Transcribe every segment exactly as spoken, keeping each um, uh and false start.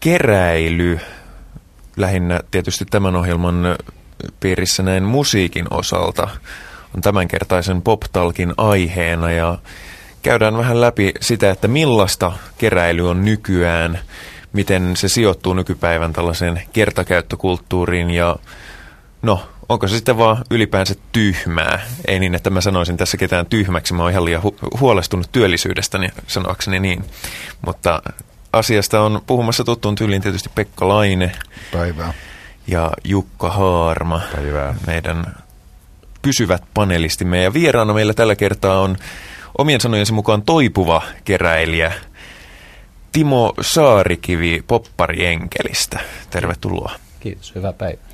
keräily, lähinnä tietysti tämän ohjelman piirissä näin musiikin osalta, on tämänkertaisen PopTalkin aiheena ja käydään vähän läpi sitä, että millaista keräily on nykyään, miten se sijoittuu nykypäivän tällaiseen kertakäyttökulttuuriin ja no, onko se sitten vaan ylipäänsä tyhmää? Ei niin, että mä sanoisin tässä ketään tyhmäksi, mä oon ihan liian hu- huolestunut työllisyydestäni, sanoakseni niin. Mutta asiasta on puhumassa tuttuun tyyliin tietysti Pekka Laine. Päivää. Ja Jukka Haarma. Päivää. Meidän pysyvät panelistimme. Ja vieraana meillä tällä kertaa on omien sanojensa mukaan toipuva keräilijä Timo Saarikivi Poppari-enkelistä. Tervetuloa. Kiitos, hyvää päivää.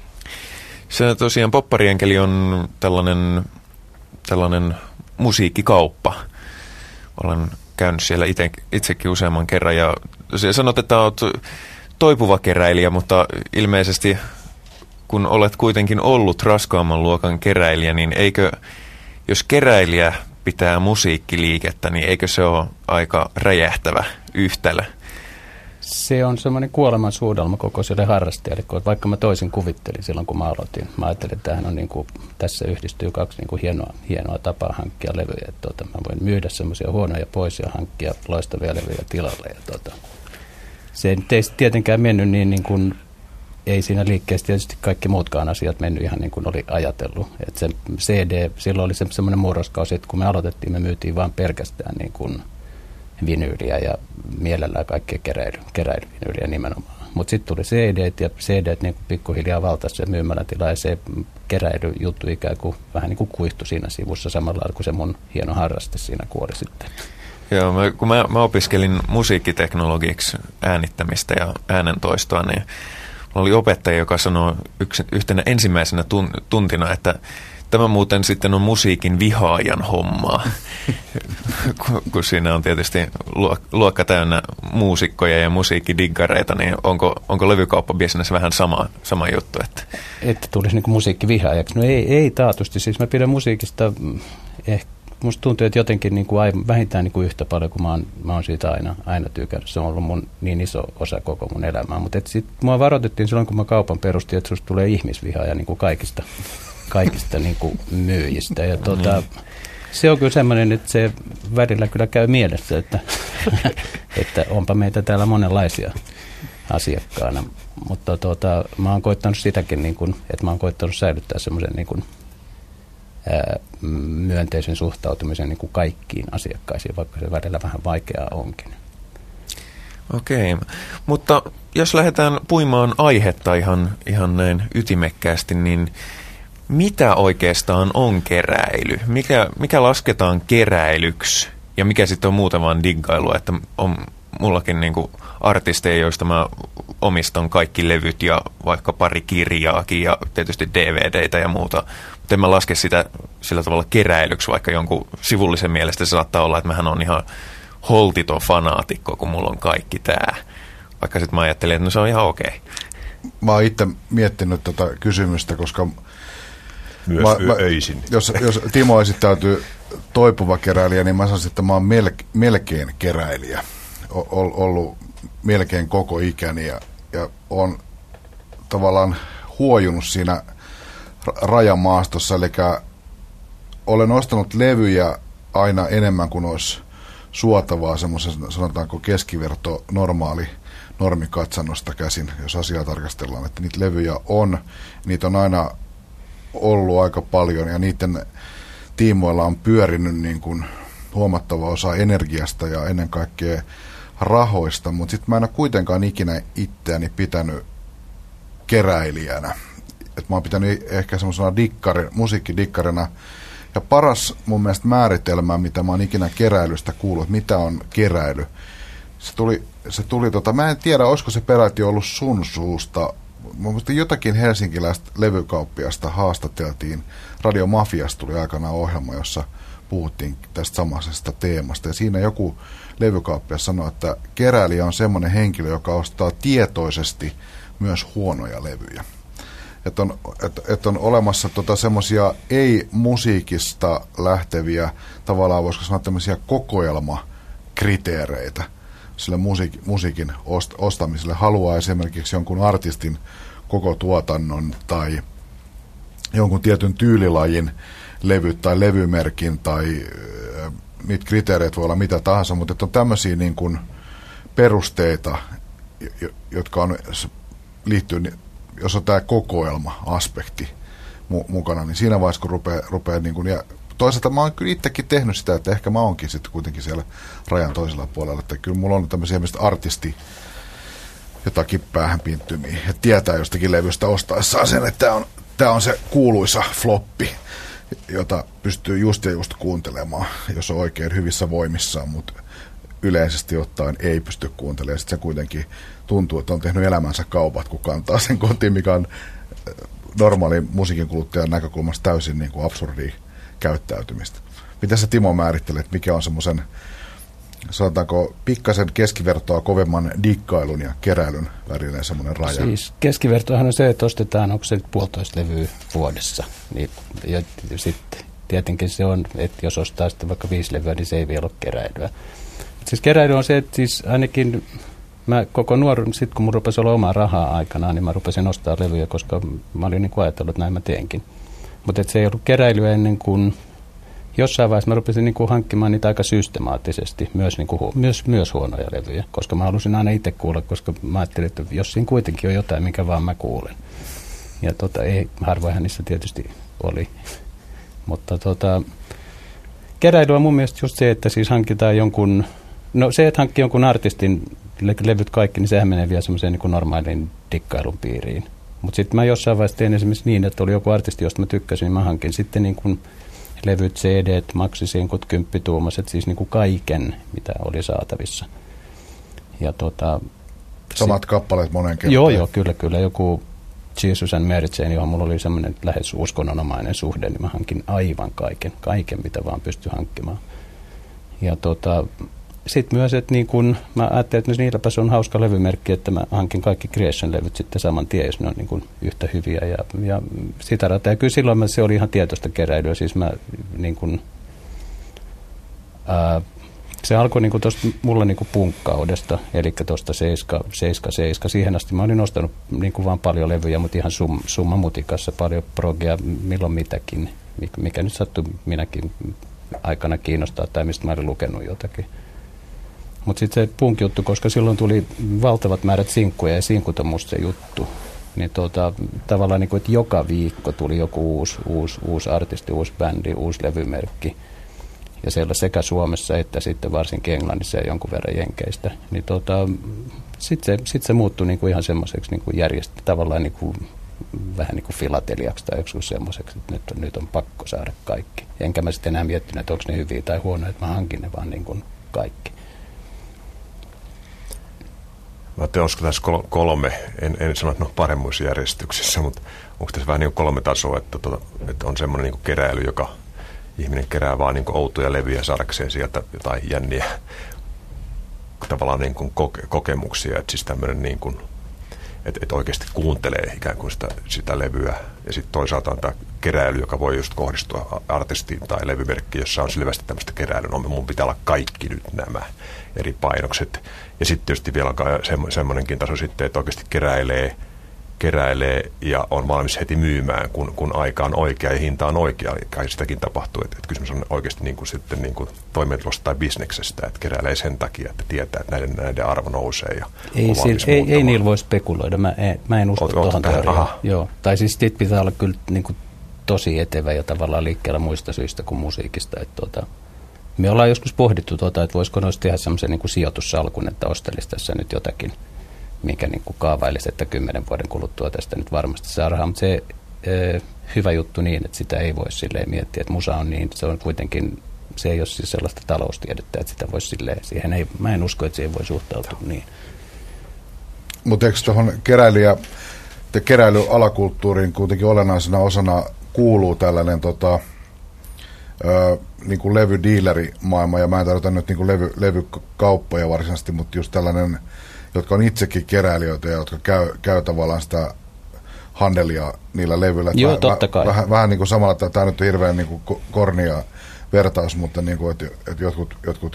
Se tosiaan Poppari-enkeli on tällainen, tällainen musiikkikauppa. Olen käynyt siellä ite, itsekin useamman kerran ja sanot, että olet toipuva keräilijä, mutta ilmeisesti kun olet kuitenkin ollut raskaamman luokan keräilijä, niin eikö, jos keräilijä pitää musiikkiliikettä, niin eikö se ole aika räjähtävä yhtälö? Se on semmoinen kuoleman suudelma kokoiselle harrastajalle, vaikka mä toisin kuvittelin silloin, kun mä aloitin. Mä ajattelin, että tämähän on niin kuin, tässä yhdistyy kaksi niin kuin hienoa, hienoa tapaa hankkia levyjä. Tuota, mä voin myydä semmoisia huonoja pois ja hankkia loistavia levyjä tilalle. Ja tuota, se ei tietenkään mennyt niin, niin kuin, ei siinä liikkeessä tietysti kaikki muutkaan asiat mennyt ihan niin kuin oli ajatellut. Että se C D, silloin oli se semmoinen murroskausi, että kun me aloitettiin, me myytiin vaan pelkästään niin kuin vinyyliä ja mielellään kaikkea keräily, keräilyvinyyliä nimenomaan. Mutta sitten tuli C D:t ja C D:t niin pikkuhiljaa valtasi se myymälätila ja se keräilyjuttu ikään kuin vähän niin kuin kuihtui siinä sivussa samalla lailla kuin se mun hieno harraste siinä kuoli sitten. Joo, mä, kun mä, mä opiskelin musiikkiteknologiksi äänittämistä ja äänentoistoa, niin oli opettaja, joka sanoi yks, yhtenä ensimmäisenä tun, tuntina, että tämä muuten sitten on musiikin vihaajan hommaa, kun siinä on tietysti luokka täynnä muusikkoja ja musiikkidiggareita, niin onko, onko levykauppabisnes vähän sama, sama juttu? Että, että tulisi niin kuin musiikkivihaajaksi. No ei, ei taatusti, siis mä pidän musiikista, ehkä musta tuntuu, että jotenkin niin kuin aivan, vähintään niin kuin yhtä paljon, kun mä oon, mä oon siitä aina, aina tykännyt. Se on ollut mun niin iso osa koko mun elämää, mutta sitten mua varoitettiin silloin, kun mä kaupan perustin, että susta tulee ihmisvihaaja niin kuin kaikista. kaikista niin kuin myyjistä. Ja tuota, se on kyllä semmoinen, että se välillä kyllä käy mielessä, että, että onpa meitä täällä monenlaisia asiakkaana. Mutta tuota, mä oon koittanut sitäkin, niin kuin, että mä oon koittanut säilyttää semmoisen niin kuin, ää, myönteisen suhtautumisen niin kuin kaikkiin asiakkaisiin, vaikka se välillä vähän vaikeaa onkin. Okei, mutta jos lähdetään puimaan aihetta ihan, ihan näin ytimekkäästi, niin mitä oikeastaan on keräily? Mikä, mikä lasketaan keräilyksi ja mikä sitten on muuta vaan diggailua? Että on mullakin niinku artisteja, joista mä omistan kaikki levyt ja vaikka pari kirjaakin ja tietysti D V D:tä ja muuta. Mutta en mä laske sitä sillä tavalla keräilyksi, vaikka jonkun sivullisen mielestä se saattaa olla, että mähän on ihan holtiton fanaatikko, kun mulla on kaikki tää. Vaikka sitten mä ajattelin, että no se on ihan okei. Okay. Mä oon itse miettinyt tätä kysymystä, koska Myös mä, mä, öisin. Jos, jos Timo esittäytyy toipuva keräilijä, niin mä sanoisin, että mä oon melke, melkein keräilijä. O, ollut melkein koko ikäni ja, ja on tavallaan huojunut siinä rajamaastossa. Eli olen ostanut levyjä aina enemmän kuin olisi suotavaa semmoisen, sanotaanko keskiverto normaali normikatsannosta käsin, jos asiaa tarkastellaan. Että niitä levyjä on, niitä on aina ollut aika paljon ja niiden tiimoilla on pyörinyt niin kuin huomattava osa energiasta ja ennen kaikkea rahoista, mutta sitten mä en ole kuitenkaan ikinä itseäni pitänyt keräilijänä. Et mä oon pitänyt ehkä semmoisena dikkari, musiikkidikkarina ja paras mun mielestä määritelmä, mitä mä oon ikinä keräilystä kuullut, että mitä on keräily. Se tuli, se tuli tota, mä en tiedä, olisiko se peräti ollut sun suusta. Mielestäni jotakin helsinkiläistä levykauppiasta haastateltiin. Radio Mafiasta tuli aikanaan ohjelma, jossa puhuttiin tästä samaisesta teemasta. Ja siinä joku levykauppias sanoi, että keräilijä on semmoinen henkilö, joka ostaa tietoisesti myös huonoja levyjä. Että on, et, et on olemassa tota semmoisia ei-musiikista lähteviä, tavallaan voisiko sanoa tämmöisiä kokoelmakriteereitä. sille musiik, musiikin ost, ostamiselle, haluaa esimerkiksi jonkun artistin koko tuotannon tai jonkun tietyn tyylilajin levyt tai levymerkin tai äh, niitä kriteereitä voi olla mitä tahansa, mutta että on tämmöisiä niin kuin perusteita, jotka on, liittyy, jos on tämä kokoelma-aspekti mu- mukana, niin siinä vaiheessa, kun rupeaa, rupeaa niin kuin, ja toisaalta mä oon kyllä itsekin tehnyt sitä, että ehkä mä oonkin sitten kuitenkin siellä rajan toisella puolella, että kyllä mulla on tämmöisiä artisti jotakin päähänpinttymiä, että tietää jostakin levystä ostaessaan sen, että tämä on, tää on se kuuluisa floppi, jota pystyy just ja just kuuntelemaan, jos on oikein hyvissä voimissaan, mutta yleisesti ottaen ei pysty kuuntelemaan. Sitten se kuitenkin tuntuu, että on tehnyt elämänsä kaupat, kun kantaa sen kotiin, mikä on normaali musiikin kuluttajan näkökulmasta täysin niin kuin absurdia käyttäytymistä. Mitä sä, Timo, määrittelet, mikä on semmoisen, sanotaanko, pikkasen keskivertoa kovemman dikkailun ja keräilyn välinen semmoinen raja? Siis keskivertohan on se, että ostetaan, onko se nyt puolitoista levyä vuodessa. Niin, ja sitten tietenkin se on, että jos ostaa sitten vaikka viisi levyä, niin se ei vielä ole keräilyä. Siis keräily on se, että siis ainakin mä koko nuoruuden, sitten kun mun rupesi olla omaa rahaa aikanaan, niin mä rupesin ostaa levyjä, koska mä olin niin kuin ajatellut, että näin mä teenkin. Mutta se ei ollut keräilyä ennen kuin jossain vaiheessa mä rupesin niin kuin hankkimaan niitä aika systemaattisesti, myös, niin kuin, myös, myös huonoja levyjä, koska mä halusin aina itse kuulla, koska mä ajattelin, että jos siinä kuitenkin on jotain, minkä vaan mä kuulen. Ja tota, ei, harvoinhan niissä tietysti oli. Mutta tota, keräily on mun mielestä just se, että siis hankitaan jonkun, no se, että hankkii jonkun artistin levyt kaikki, niin sehän menee vielä semmoiseen niin kuin normaaliin dikkailun piiriin. Mutta sitten mä jossain vaiheessa tein esimerkiksi niin, että oli joku artisti, josta mä tykkäsin, niin mä hankin sitten niin kuin levyt, C D:t, maksisinkut, kymppituumaset, siis niin kuin kaiken, mitä oli saatavissa. Ja tota, samat sit, kappaleet monen kertaan. Joo, joo, kyllä, kyllä. Joku Jesus and Mary Jane, johon mulla oli semmoinen lähes uskonnonomainen suhde, niin mä hankin aivan kaiken, kaiken, mitä vaan pystyi hankkimaan. Ja tota, sitten myös, että niin kun, mä ajattelin, että niilläpä se on hauska levymerkki, että mä hankin kaikki Creation-levyt sitten saman tien, jos ne on niin kun yhtä hyviä ja, ja sitä rataa. Ja kyllä silloin mä, se oli ihan tietoista keräilyä, siis mä niin kun, ää, se alkoi niin tuosta mulla niin punkkaudesta, eli tuosta seitsemän seitsemän. Siihen asti mä olin ostanut niin vaan paljon levyjä, mutta ihan sum, summa mutikassa, paljon progia, milloin mitäkin, mikä nyt sattui minäkin aikana kiinnostaa tai mistä mä olin lukenut jotakin. Mutta sitten se punk-juttu, koska silloin tuli valtavat määrät sinkkuja ja sinkut on musta se juttu. Niin tuota, tavallaan niin kuin, että joka viikko tuli joku uusi, uusi, uusi artisti, uusi bändi, uusi levymerkki. Ja siellä sekä Suomessa että sitten varsinkin Englannissa ja jonkun verran Jenkeistä. Niin tuota, sitten se, sit se muuttui niin kuin ihan semmoiseksi niin järjestelmäksi, tavallaan niin kuin, vähän niin kuin filateliaksi tai joskus semmoiseksi, että nyt on, nyt on pakko saada kaikki. Enkä mä sitten enää miettinyt, että onko ne hyviä tai huonoja, että mä hankin ne vaan niin kuin kaikki. Mä ajattelin, olisiko tässä kolme, en, en sano, että ne on paremmuissa järjestyksissä, mutta onko tässä vähän niin kuin kolme tasoa, että, tuota, että on semmoinen niin kuin keräily, joka ihminen kerää vaan niin kuin outoja levyjä saadakseen sieltä jotain jänniä tavallaan niin kuin koke, kokemuksia, että siis tämmöinen niin kuin, että, että oikeasti kuuntelee ikään kuin sitä, sitä levyä ja sitten toisaalta on tämä keräily, joka voi just kohdistua artistiin tai levymerkkiin, jossa on selvästi tämmöistä keräilyä, no mun pitää olla kaikki nyt nämä eri painokset. Ja sitten tietysti vielä on semmoinenkin taso sitten, että oikeasti keräilee, keräilee ja on valmis heti myymään, kun, kun aika on oikea ja hinta on oikea. Kai sitäkin tapahtuu, että, että kysymys on oikeasti niin kuin sitten niin kuin toimeentulosta tai bisneksestä, että keräilee sen takia, että tietää, että näiden, näiden arvo nousee. Ja ei, siis, ei, ei niillä voi spekuloida, mä en, mä en usko tuohon teoriaan. Joo. Tai siis sit pitää olla kyllä niin kuin tosi etevä ja tavallaan liikkeellä muista syistä kuin musiikista, että tuota, me ollaan joskus pohdittu, tuota, että voisiko noista tehdä semmoisen niin kuin sijoitussalkun, että ostelisi tässä nyt jotakin, minkä niin kuin kaavailisi, että kymmenen vuoden kuluttua tästä nyt varmasti saa rahaa. Mutta se e, hyvä juttu niin, että sitä ei voi silleen miettiä, että musa on niin, se on kuitenkin, se ei ole siis sellaista taloustiedettä, että sitä voisi silleen, siihen ei, mä en usko, että siihen voi suhtautua niin. Mutta eikö tuohon keräilijä, keräilyalakulttuuriin kuitenkin olennaisena osana kuuluu tällainen tota, Öö, niin kuin levydiilerimaailma, ja mä en tarvita nyt niin kuin levy, levykauppoja varsinaisesti, mutta just tällainen, jotka on itsekin keräilijöitä ja jotka käy, käy tavallaan sitä handelia niillä levyillä. Joo, väh, totta kai. Vähän, vähän niin kuin samalla, että tämä nyt on hirveän niin kuin kornia vertaus, mutta niin kuin, että, että jotkut, jotkut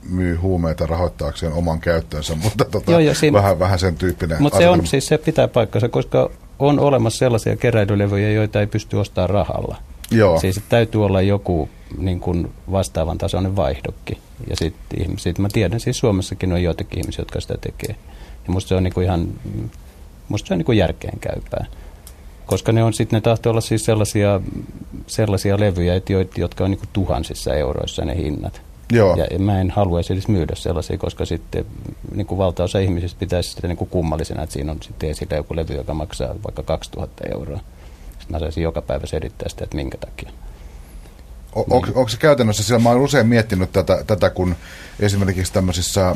myy huumeita rahoittaakseen oman käyttöönsä, mutta tota, Joo, siinä, vähän, vähän sen tyyppinen. Mutta se on siis, se pitää paikkansa, koska on olemassa sellaisia keräilylevyjä, joita ei pysty ostamaan rahalla. Joo. Siis täytyy olla joku niin kuin vastaavan tasoinen vaihdokki. Ja sitten sit mä tiedän, siis Suomessakin on joitakin ihmisiä, jotka sitä tekee. Ja musta se on niin kuin ihan, musta se on niin kuin järkeenkäypää. Koska ne on sitten, ne tahtoo olla siis sellaisia, sellaisia levyjä, jotka on niin kuin tuhansissa euroissa ne hinnat. Joo. Ja mä en haluaisi edes myydä sellaisia, koska sitten niin kuin valtaosa ihmisistä pitäisi sitä niin kuin kummallisena, että siinä on sitten esillä joku levy, joka maksaa vaikka kaksituhatta euroa. Sitten mä saisin joka päivä selittää sitä, että minkä takia. O- niin. onko, onko se käytännössä, sillä mä olen usein miettinyt tätä, tätä, kun esimerkiksi tämmöisissä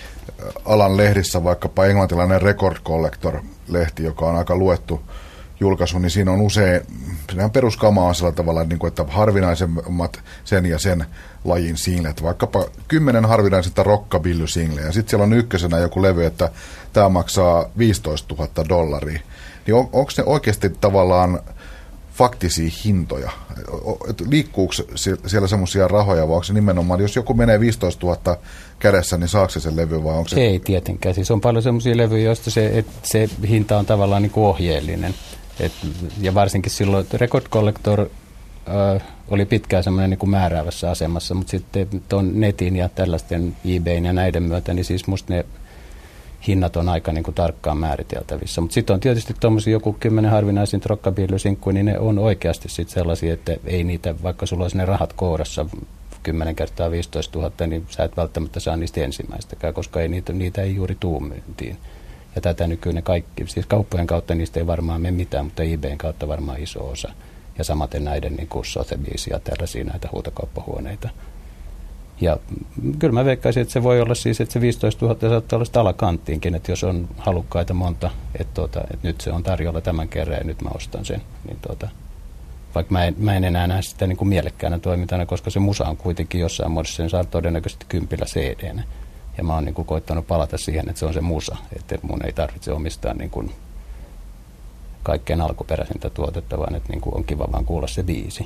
alan lehdissä, vaikkapa englantilainen Record Collector-lehti, joka on aika luettu julkaisu, niin siinä on usein, siinähän peruskama on sillä tavalla, että harvinaisemmat sen ja sen lajin singlet, vaikkapa kymmenen harvinaisinta rockabilly-singleä, ja sitten siellä on ykkösenä joku levy, että tämä maksaa viisitoistatuhatta dollaria. Niin on, onko ne oikeasti tavallaan faktisia hintoja? Liikkuuko siellä semmoisia rahoja, vai onko se nimenomaan, jos joku menee viisitoistatuhatta kädessä, niin saako se sen levy, vai onko se? Ei tietenkään. Siis on paljon semmoisia levyjä, joista se, et, se hinta on tavallaan niin kuin ohjeellinen. Et, ja varsinkin silloin Record Collector äh, oli pitkään semmoinen niin kuin määräävässä asemassa, mutta sitten tuon netin ja tällaisten eBayn ja näiden myötä, niin siis musta ne hinnat on aika niin kuin tarkkaan määriteltävissä. Mutta sitten on tietysti tuommoisia joku kymmenen harvinaisin rockabilly-sinkkuja, niin ne on oikeasti sitten sellaisia, että ei niitä, vaikka sulla olisi ne rahat kourassa kymmenen kertaa viisitoistatuhatta, niin sä et välttämättä saa niistä ensimmäistäkään, koska ei niitä, niitä ei juuri tuu myyntiin. Ja tätä nykyinen kaikki, siis kauppojen kautta niistä ei varmaan mene mitään, mutta eBayn kautta varmaan iso osa. Ja samaten näiden niin kuin Sotheby's ja tällaisia näitä huutokauppahuoneita. Ja kyllä mä veikkaisin, että se voi olla siis, että se viisitoistatuhatta saattaa olla sitä alakanttiinkin, että jos on halukkaita monta, että, tuota, että nyt se on tarjolla tämän kerran ja nyt mä ostan sen. Niin tuota, vaikka mä en, mä en enää näe sitä niin kuin mielekkäänä toimintana, koska se musa on kuitenkin jossain muodossa, sen saa todennäköisesti kympillä C D-nä. Ja mä oon niin kuin koittanut palata siihen, että se on se musa, että mun ei tarvitse omistaa niin kuin kaikkein alkuperäisintä tuotetta, vaan että niin kuin on kiva vaan kuulla se biisi.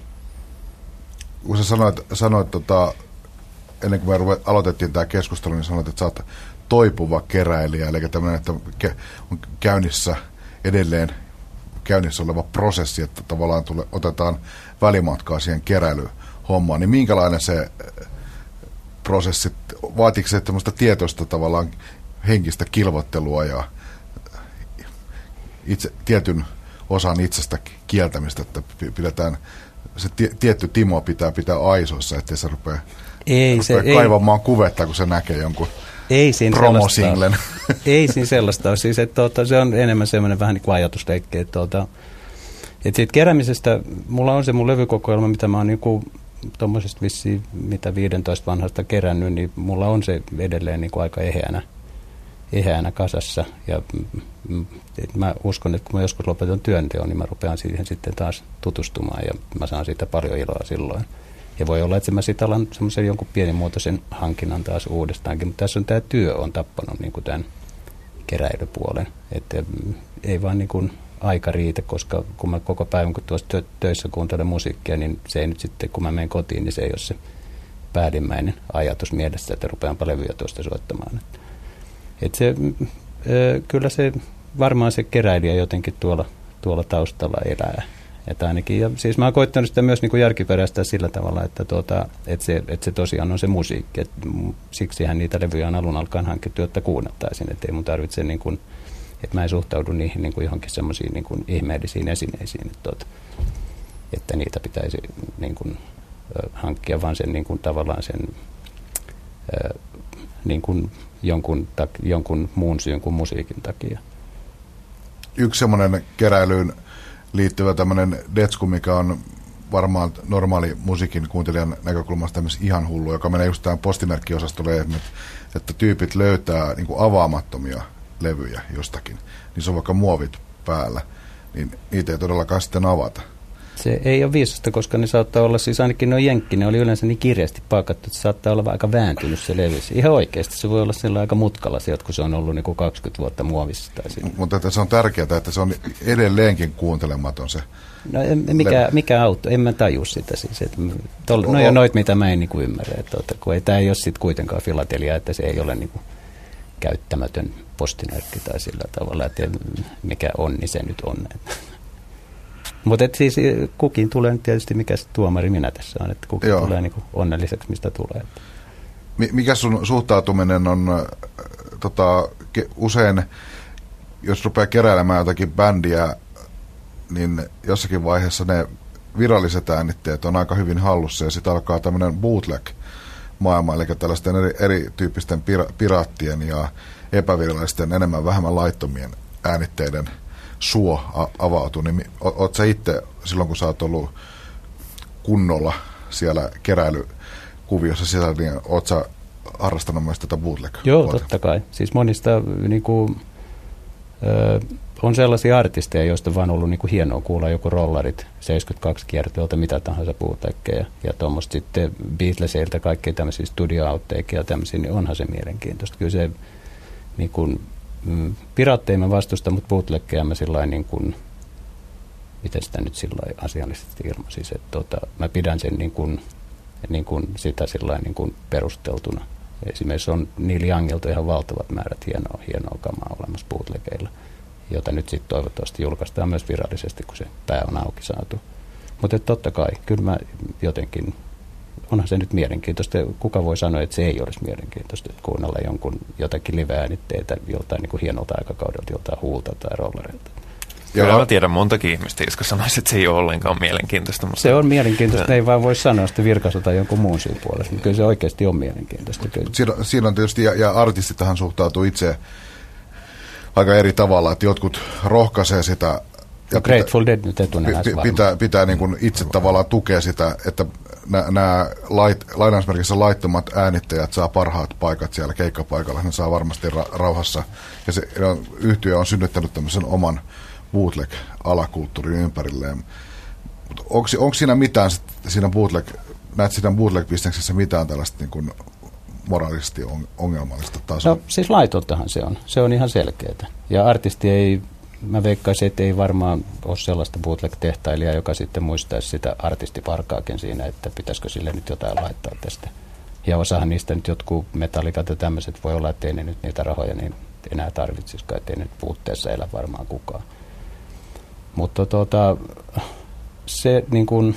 Kun sä sanoit, sanoit tota, ennen kuin me aloitettiin tämä keskustelu, niin sanoit, että sä oot toipuva keräilijä, eli tämmöinen, että on käynnissä edelleen käynnissä oleva prosessi, että tavallaan tule, otetaan välimatkaa siihen keräilyhommaan, niin minkälainen se prosessi, vaatiko se tämmöistä tietoista tavallaan henkistä kilvottelua ja itse, tietyn osan itsestä kieltämistä, että pidetään, se tietty Timo pitää pitää aisoissa, ettei se rupea, ei, rupea se, kaivamaan ei, kuvetta, kun se näkee jonkun ei siinä promosinglen. Ei siinä sellaista ole. Siis, että, tuota, se on enemmän semmoinen vähän niin kuin ajatusleikki. Että, tuota, että siitä keräämisestä, mulla on se mun levykokoelma, mitä mä oon niin kuin tuommoisesta vissiin, mitä viisitoista vanhasta kerännyt, niin mulla on se edelleen niin kuin aika eheänä, eheänä kasassa. Ja mä uskon, että kun mä joskus lopetan työnteon, niin mä rupean siihen sitten taas tutustumaan ja mä saan siitä paljon iloa silloin. Ja voi olla, että mä sitten alan semmoisen jonkun pienimuotoisen hankinnan taas uudestaankin, mutta tässä on tämä työ on tappanut niin kuin tämän keräilypuolen. Että ei vaan niin kuin aika riitä, koska kun mä koko päivän kun tuossa töissä kuuntelen musiikkia, niin se ei nyt sitten, kun mä menen kotiin, niin se ei ole se päällimmäinen ajatus mielessä, että rupeanpa levyjä tuosta soittamaan. Että se, kyllä se varmaan se keräilijä jotenkin tuolla, tuolla taustalla elää. Että ainakin, ja siis mä oon koittanut sitä myös niin kuin järkiperäistää sillä tavalla, että, tuota, että, se, että se tosiaan on se musiikki. Et siksihän niitä levyjä on alun alkaen hankittu, jotta kuunnettaisiin. Että ei mun tarvitse, niin kuin, että mä en suhtaudu niihin niin kuin johonkin semmoisiin niin kuin ihmeellisiin esineisiin, että, tuota, että niitä pitäisi niin kuin, hankkia vaan sen niin kuin, tavallaan sen niin kuin jonkun, jonkun muun syyn kuin musiikin takia. Yksi semmoinen keräilyyn liittyvä tämmöinen detsku, mikä on varmaan normaali musiikin kuuntelijan näkökulmasta tämmöisen ihan hullu, joka menee just tähän postimerkkiosastolle, että tyypit löytää niin kuin avaamattomia levyjä jostakin. Niin se on vaikka muovit päällä, niin niitä ei todellakaan sitten avata. Se ei ole viisasta, koska ne saattaa olla, siis ainakin ne on jenkki, ne oli yleensä niin kirjasti pakattu, että se saattaa olla aika vääntynyt se levy. Ihan oikeasti se voi olla sillä aika mutkalla sieltä, kun se on ollut niin kuin kaksikymmentä vuotta muovissa. Mutta että se on tärkeää, että se on edelleenkin kuuntelematon se. No mikä, mikä auto, en mä taju sitä siis. Että tol, no ja noit, mitä mä en niin kuin ymmärrä. Että, että, kun ei, tämä ei ole sitten kuitenkaan filatelia, että se ei ole niin kuin käyttämätön postinörkki tai sillä tavalla, että mikä on, niin se nyt on. Mutta siis kukin tulee nyt tietysti, mikä se tuomari minä tässä on, että kukin Joo. tulee niin kuin onnelliseksi, mistä tulee. Mikä sun suhtautuminen on äh, tota, ke, usein, jos rupeaa keräilemään jotakin bändiä, niin jossakin vaiheessa ne viralliset äänitteet on aika hyvin hallussa ja sitten alkaa tämmöinen bootleg-maailma, eli tällaisten eri, erityyppisten pira, piraattien ja epävirallisten, enemmän vähemmän laittomien äänitteiden suo avautuu, niin oot sä itse, silloin kun sä oot ollut kunnolla siellä keräilykuviossa sisällä, niin oot sä harrastanut myös tätä bootleg? Joo, totta kai. Siis monista niin kuin, ö, on sellaisia artisteja, joista on vaan ollut niin kuin hienoa kuulla joku rollarit seitsemänkymmentäkaksi kiertueelta, mitä tahansa bootleggeja ja tuommoista sitten Beatlesilta kaikkia tämmöisiä studio-outtakeja ja tämmöisiä, niin onhan se mielenkiintoista. Kyllä se niin kuin, mm, piraatteja mä vastusta, mutta bootleggeja mä sillain niin kuin, miten sitä nyt sillain asiallisesti ilmaisis, että tota, mä pidän sen niin kuin, niin kuin sitä sillain niin kuin perusteltuna. Esimerkiksi on Neil Youngilta ihan valtavat määrät hienoa, hienoa kamaa olemassa bootlegeilla, jota nyt sitten toivottavasti julkaistaan myös virallisesti, kun se pää on auki saatu. Mutta totta kai, kyllä mä jotenkin, onhan se nyt mielenkiintoista. Kuka voi sanoa, että se ei olisi mielenkiintoista, että kuunnella jonkun jotakin live-äänitteitä joltain niin kuin hienolta aikakaudelta, joltain huulta tai rollereilta. Kyllä mä tiedän montakin ihmistä, jotka sanoisivat, että se ei ole ollenkaan mielenkiintoista. Mutta se on mielenkiintoista, ja ei vaan voi sanoa sitä Virkaisu tai jonkun muun syyn puolesta, mutta kyllä se oikeasti on mielenkiintoista. Siinä, siinä on tietysti, ja, ja artistit tähän suhtautuu itse aika eri tavalla, että jotkut rohkaisee sitä. Ja no Grateful Dead nyt etunenässä pitää, pitää, pitää niin kuin itse tavallaan tukea sitä, että nämä lait, lainausmerkissä laittomat äänittäjät saa parhaat paikat siellä keikkapaikalla, ne saa varmasti ra- rauhassa. Ja se yhtiö on synnyttänyt tämmöisen oman bootleg-alakulttuurin ympärilleen. Onko, onko siinä mitään, siinä bootleg, näet siinä bootleg-bisneksessä mitään tällaista niin kuin moraalisesti on, ongelmallista tasoa? No siis laitontahan se on. Se on ihan selkeää. Ja artisti ei, mä veikkaisin, että ei varmaan ole sellaista bootleg-tehtailijaa, joka sitten muistaisi sitä artistiparkaakin siinä, että pitäisikö sille nyt jotain laittaa tästä. Ja osahan niistä nyt jotkut metallikat ja tämmöiset voi olla, että ei ne nyt niitä rahoja niin enää tarvitsisikaan, ettei nyt puutteessa elä varmaan kukaan. Mutta tuota, se, niin kun,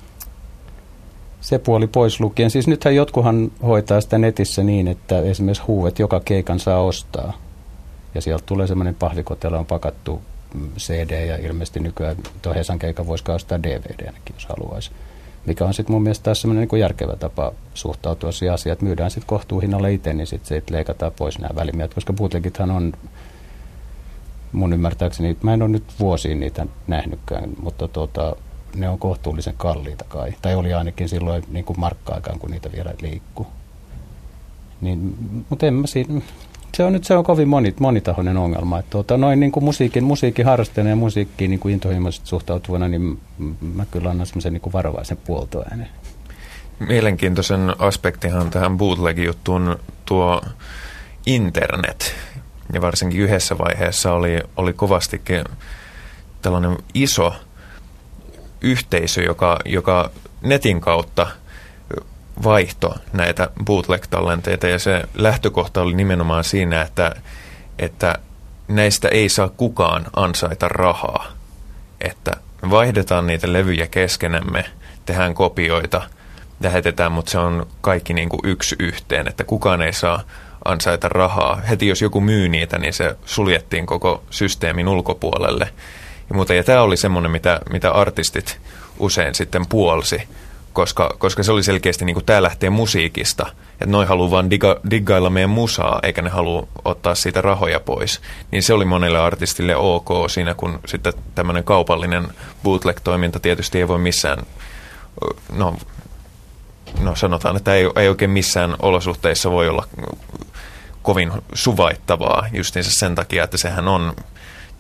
se puoli pois lukien, siis nythän jotkuhan hoitaa sitä netissä niin, että esimerkiksi huuet joka keikan saa ostaa. Ja sieltä tulee semmoinen pahvikotelo on pakattu C D ja ilmeisesti nykyään tuo Hesan keikan voisi ostaa D V D ainakin, jos haluaisi. Mikä on sitten mun mielestä taas semmoinen niin järkevä tapa suhtautua siihen asiaan, että myydään sitten kohtuuhinnalla itse, niin sitten sit leikataan pois nämä välimiet, koska bootlegithan on mun ymmärtääkseni, mä en ole nyt vuosiin niitä nähnytkään, mutta tuota, ne on kohtuullisen kalliita kai. Tai oli ainakin silloin niin kuin markka-aikaan, kun niitä vielä liikkuu. Niin, mutta en mä siinä, se on nyt se on kovin moni, monitahoinen ongelma. Että tuota, noin niin kuin musiikin, musiikin harrastajana ja musiikkiin niin kuin intohimoisesti suhtautuvana, niin mä kyllä annan semmoisen niin kuin varovaisen puoltoäänen. Mielenkiintoisen aspektihan tähän bootleg-juttuun tuo internet. Ja varsinkin yhdessä vaiheessa oli, oli kovastikin tällainen iso yhteisö, joka, joka netin kautta vaihto näitä bootleg-tallenteita. Ja se lähtökohta oli nimenomaan siinä, että, että näistä ei saa kukaan ansaita rahaa. Että me vaihdetaan niitä levyjä keskenämme, tehdään kopioita, lähetetään, mutta se on kaikki niin kuin yksi yhteen, että kukaan ei saa ansaita rahaa. Heti jos joku myy niitä, niin se suljettiin koko systeemin ulkopuolelle. Ja, muuta. ja tämä oli semmoinen, mitä, mitä artistit usein sitten puolsi, koska, koska se oli selkeästi, niin kuin tämä lähtee musiikista. Että noi haluaa vaan diga, diggailla meidän musaa, eikä ne halua ottaa siitä rahoja pois. Niin se oli monelle artistille ok siinä, kun sitten tämmöinen kaupallinen bootleg-toiminta tietysti ei voi missään, no, no sanotaan, että ei, ei oikein missään olosuhteissa voi olla kovin suvaittavaa justiinsa sen takia, että sehän on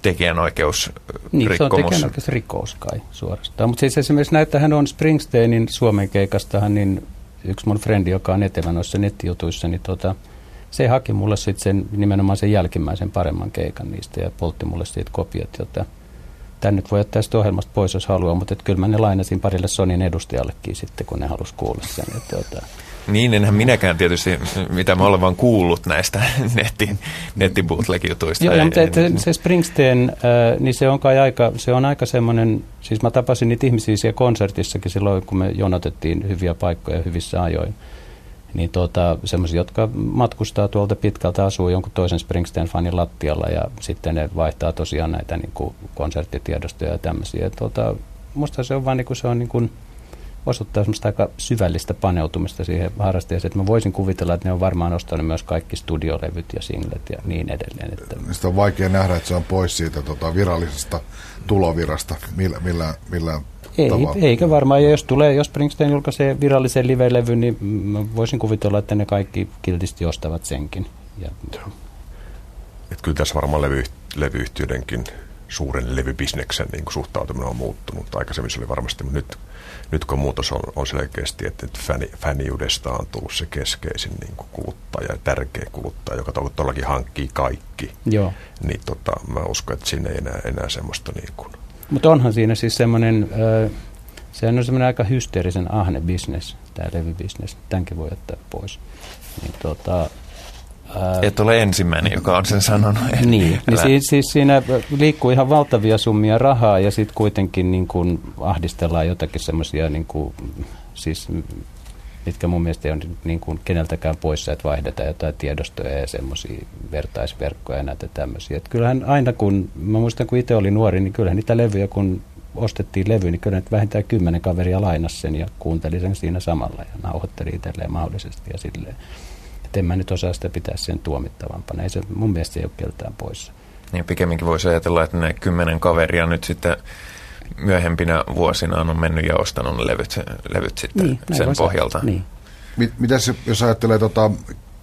tekijänoikeusrikkomus. Niin, se on tekijänoikeusrikous kai suorastaan. Mutta siis esimerkiksi näitähän on Springsteenin Suomen keikastahan, niin yksi mun frendi, joka on etevä noissa nettijutuissa, niin tota, se haki mulle sitten sen, nimenomaan sen jälkimmäisen paremman keikan niistä ja poltti mulle siitä kopiot, jota tämän nyt voi jättää tästä ohjelmasta pois, jos haluaa, mutta kyllä mä ne lainasin parille Sonyn edustajallekin sitten, kun ne halusi kuulla sen. Ja tuota, niin, enhän minäkään tietysti, mitä mä olen vaan kuullut näistä netti, nettibootleg-jutuista. Joo, mutta se Springsteen, äh, niin se on kai aika, se on aika semmoinen, siis mä tapasin niitä ihmisiä siellä konsertissakin silloin, kun me jonotettiin hyviä paikkoja hyvissä ajoin. Niin tuota, semmoisia, jotka matkustaa tuolta pitkältä, asuu jonkun toisen Springsteen-fanin lattialla ja sitten ne vaihtaa tosiaan näitä niin kuin konserttitiedostoja ja tämmöisiä. Tuota, musta se on vaan niin kuin se on niin kuin osoittaa semmoista aika syvällistä paneutumista siihen harrasteeseen, että mä voisin kuvitella, että ne on varmaan ostanut myös kaikki studiolevyt ja singlet ja niin edelleen. Että sitä on vaikea nähdä, että se on pois siitä tota, virallisesta tulovirasta millä, millä, millä Ei, eikä varmaan. Ja jos tulee, jos Springsteen julkaisee virallisen live-levyn, niin mä voisin kuvitella, että ne kaikki kiltisti ostavat senkin. Ja et kyllä tässä varmaan levy, levyyhtiöidenkin suuren levybisneksen niin kuin suhtautuminen on muuttunut. Aikaisemmin se oli varmasti, mutta nyt, nyt kun muutos on, on selkeästi, että nyt fäni, fäniudesta on tullut se keskeisin niin kuin kuluttaja ja tärkeä kuluttaja, joka todellakin hankkii kaikki. Joo. Niin tota, mä uskon, että siinä ei enää, enää semmoista niin kuin. Mutta onhan siinä siis semmoinen, äh, sehän on semmoinen aika hysteerisen ahne business, tämä levybisnes. Tämänkin voi jättää pois. Niin, tota, ää, Et ole ensimmäinen, joka on sen sanonut. Niin, niin siis, siis siinä liikkuu ihan valtavia summia rahaa ja sitten kuitenkin niin kun ahdistellaan jotakin semmoisia, niin kun, siis, mitkä mun mielestä ei ole niin kun keneltäkään poissa, että vaihdetaan jotain tiedostoja ja semmoisia vertaisverkkoja ja näitä tämmöisiä. Et kyllähän aina kun, mä muistan kun itse olin nuori, niin kyllähän niitä levyjä, kun ostettiin levy, niin kyllä nyt vähintään kymmenen kaveria lainasi sen ja kuunteli sen siinä samalla ja nauhoitteli itselleen mahdollisesti ja silleen. Että en mä nyt osaa sitä pitää sen tuomittavampana. Ei se, mun mielestä se ei ole keltään poissa. Niin pikemminkin voisi ajatella, että ne kymmenen kaveria nyt sitten myöhempinä vuosina on mennyt ja ostanut ne levyt, levyt sitten niin, sen pohjalta. Niin. Mitäs jos ajattelee tota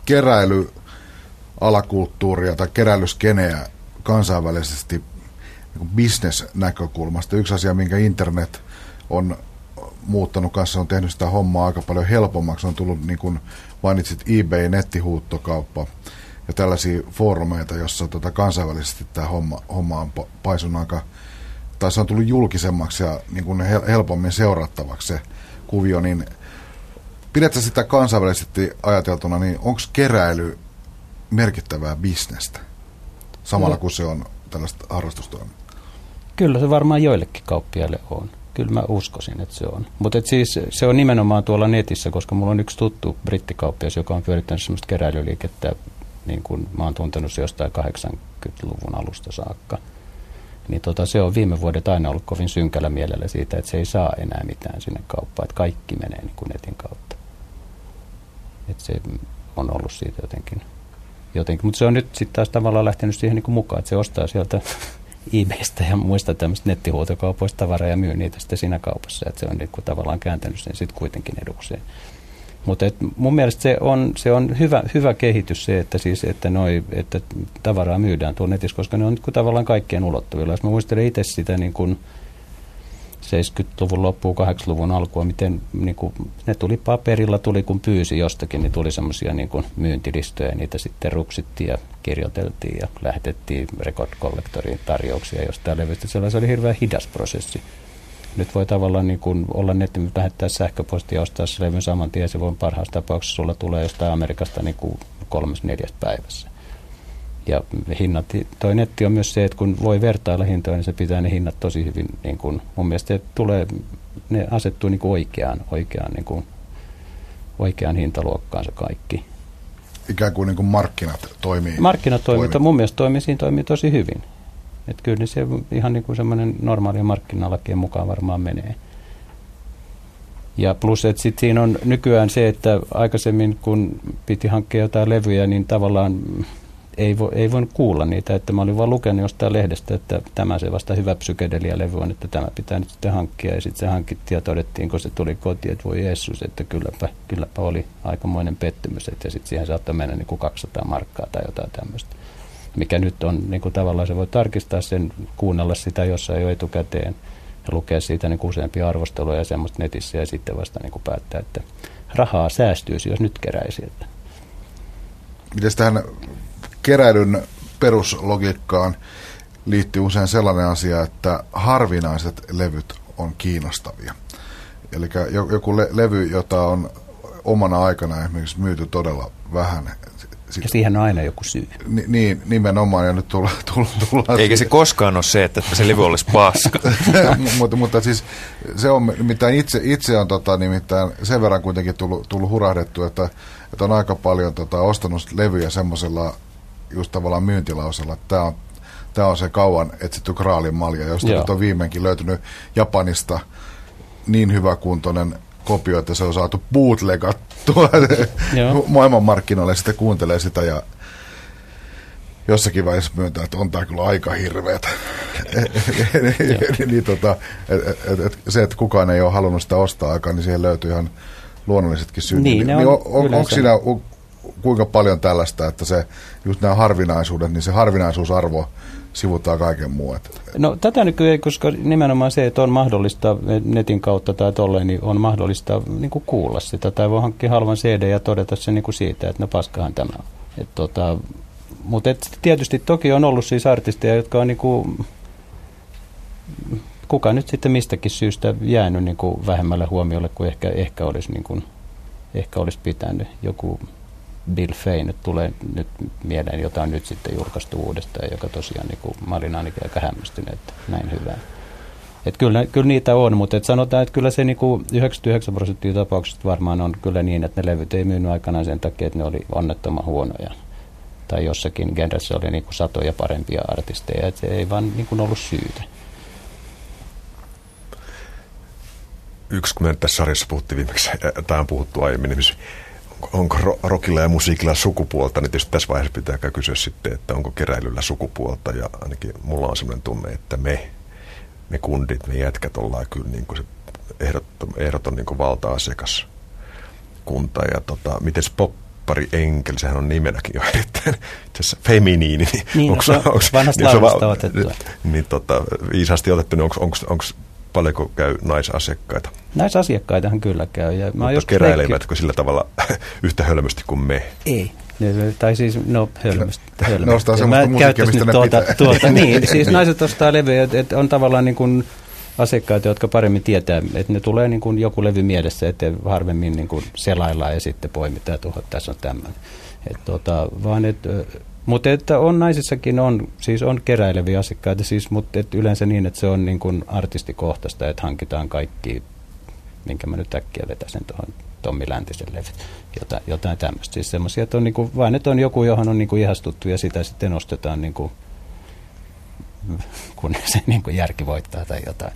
keräilyalakulttuuria tai keräilyskeneä kansainvälisesti niin business-näkökulmasta? Yksi asia, minkä internet on muuttanut kanssa, on tehnyt sitä hommaa aika paljon helpommaksi. On tullut, niin kuin mainitsit, eBay, nettihuuttokauppa ja tällaisia foorumeita, jossa tota kansainvälisesti tämä homma, homma on paisunut aika, tai se on tullut julkisemmaksi ja niin kuin helpommin seurattavaksi se kuvio, niin pidätkö sitä kansainvälisesti ajateltuna, niin onko keräily merkittävää bisnestä samalla no. kun se on tällaista harrastustoimintaa? Kyllä se varmaan joillekin kauppiaille on. Kyllä mä uskoisin, että se on. Mutta siis se on nimenomaan tuolla netissä, koska mulla on yksi tuttu brittikauppias, joka on pyörittänyt semmoista keräilyliikettä, niin kuin mä oon tuntenut se jostain kahdeksankymmentäluvun alusta saakka. Niin tota, se on viime vuodet aina ollut kovin synkällä mielellä siitä, että se ei saa enää mitään sinne kauppaan, että kaikki menee niin kuin netin kautta. Että se on ollut siitä jotenkin. jotenkin. Mutta se on nyt sitten taas tavallaan lähtenyt siihen niin kuin mukaan, että se ostaa sieltä eBaystä ja muista tämmöistä nettihuutokaupoista tavaraa ja myy niitä sitten siinä kaupassa, että se on niin kuin tavallaan kääntänyt sen sitten kuitenkin edukseen. Mutta mun mielestä se on, se on hyvä, hyvä kehitys se, että, siis, että, noi, että tavaraa myydään tuolla netissä, koska ne on niin kuin tavallaan kaikkien ulottuvilla. Jos mä muistelen itse sitä niin kuin seitsemänkymmentäluvun loppuun, kahdeksankymmentäluvun alkua, miten niin kuin, ne tuli paperilla, tuli kun pyysi jostakin, niin tuli semmoisia niin kuin myyntilistoja, ja niitä sitten ruksittiin ja kirjoiteltiin ja lähetettiin record collectoriin tarjouksia jostain levystä. Se oli hirveän hidas prosessi. Nyt voi tavallaan niin kuin olla netti, lähettää sähköpostia ja ostaa se levyn saman tien. Se voi parhaassa tapauksessa sulla tulee jostain Amerikasta niin kuin kolmes neljäs päivässä. Ja hinnat, toi netti on myös se, että kun voi vertailla hintoja, niin se pitää ne hinnat tosi hyvin. Niin kuin, mun mielestä tulee, ne asettuu niin kuin oikeaan, oikeaan, niin kuin, oikeaan hintaluokkaansa kaikki. Ikään kuin, niin kuin markkinat toimii. Markkinat toimii, mutta mun mielestä toimii, siinä toimii tosi hyvin. Että kyllä se ihan niin kuin semmoinen normaalien markkinalakien mukaan varmaan menee. Ja plus, että sitten siinä on nykyään se, että aikaisemmin kun piti hankkia jotain levyjä, niin tavallaan ei, vo, ei voinut kuulla niitä. Että mä olin vaan lukenut jostain lehdestä, että tämä se vasta hyvä psykedelia-levy on, että tämä pitää nyt sitten hankkia. Ja sitten se hankittiin ja todettiin, kun se tuli kotiin, että voi Jeesus, että kylläpä, kylläpä oli aikamoinen pettymys. Et ja sitten siihen saattoi mennä niin kuin kaksisataa markkaa tai jotain tämmöistä. mikä nyt on niin kuin tavallaan se voi tarkistaa sen, kuunnella sitä jossain jo etukäteen ja lukea siitä niin kuin useampia arvosteluja ja semmoista netissä ja sitten vasta niin kuin päättää, että rahaa säästyisi, jos nyt keräisi. Että. Miten tähän keräilyn peruslogiikkaan liittyy usein sellainen asia, että harvinaiset levyt on kiinnostavia. Eli joku le- levy, jota on omana aikana esimerkiksi myyty todella vähän. Ja siihen on aina joku syy. Ni- niin, nimenomaan. Ja nyt tulla, tulla, tulla Eikä se koskaan ole se, että se levy olisi paska. mutta, mutta siis se on, nimittäin itse, itse on tota, nimittäin sen verran kuitenkin tullut, tullut hurahdettu, että, että on aika paljon tota, ostanut levyjä semmoisella just tavallaan myyntilausella, että tämä on, tämä on se kauan etsitty kraalin malja, josta nyt on viimeinkin löytynyt Japanista niin hyväkuntoinen kopio, että se on saatu bootlegattua maailmanmarkkinoille, sitten kuuntelee sitä ja jossakin vaiheessa myöntää, että on tämä kyllä aika hirveätä. niin, tota, et, et, et, se, että kukaan ei ole halunnut sitä ostaa aikaan, niin siihen löytyy ihan luonnollisetkin syyt. Niin, niin, on, on, on, onko siinä kuinka paljon tällaista, että se, just nämä harvinaisuudet, niin se harvinaisuusarvo sivutaan kaiken muu. No tätä nykyään ei, koska nimenomaan se, että on mahdollista netin kautta tai tolleen, niin on mahdollista niin kuin kuulla sitä. Tai voi hankkia halvan C D ja todeta se niin kuin siitä, että no paskahan tämä on. Et tota, mutta et tietysti toki on ollut siis artisteja, jotka on niin kuin, kuka nyt sitten mistäkin syystä jäänyt niin kuin vähemmälle huomiolle kuin ehkä, ehkä, olisi, niin kuin, ehkä olisi pitänyt. Joku Bill Fay nyt tulee nyt mieleen, jota on nyt sitten julkaistu uudestaan, joka tosiaan, niin kuin, mä olin ainakin aika hämmästynyt, että näin hyvää. Että kyllä, kyllä niitä on, mutta et sanotaan, että kyllä se niin kuin yhdeksänkymmentäyhdeksän prosenttia tapauksista varmaan on kyllä niin, että ne levyt ei myynyt aikanaan sen takia, että ne oli onnettoman huonoja. Tai jossakin genressä oli niin kuin satoja parempia artisteja, että se ei vaan niin kuin ollut syytä. Yksi, kun me tässä sarjassa puhuttiin viimeksi, tai on puhuttu aiemmin, niin onko rockilla ja musiikilla sukupuolta, niin tietysti tässä vaiheessa pitää kysyä sitten, että onko keräilyllä sukupuolta, ja ainakin mulla on sellainen tunne, että me, me kundit, me jätkät ollaan kyllä niin kuin se ehdoton, ehdoton niin kuin valta-asiakas kunta, ja tota, miten poppari enkel, sehän on nimenäkin jo erittäin feminiini, niin, niin onko, no, onko, vanhasta niin laulusta otettua. Niin, niin tota, viisaasti otettu, niin onko, onko, onko paljonko käy naisasiakkaita? Naisasiakkaitahan kyllä käy. Ja mä mutta keräilevätkö sillä tavalla yhtä hölmösti kuin me? Ei. Tai siis, no hölmösti. Ne ostaa semmoista musiikkia, mistä ne tuota, pitää. Tuota, niin, siis naiset ostaa levyjä, että on tavallaan niin kuin asiakkaita, jotka paremmin tietää, että ne tulee niin kuin joku levy mielessä, että harvemmin niin kuin selaillaan ja sitten poimitaan, että tuohon, tässä on tämmöinen. Et tuota, vaan että... Mutta että on naisissakin on, siis on keräileviä asiakkaita, siis, mutta et yleensä niin, että se on niin kuin artistikohtaista, että hankitaan kaikki, minkä mä nyt äkkiä vetäisin tuohon Tommi Läntisen levyt, jotain, jotain tämmöistä. Siis semmoisia, että on niin kuin, vain että on joku, johon on niin kuin ihastuttu ja sitä sitten ostetaan, niin kuin, kun se niin kuin järki voittaa tai jotain.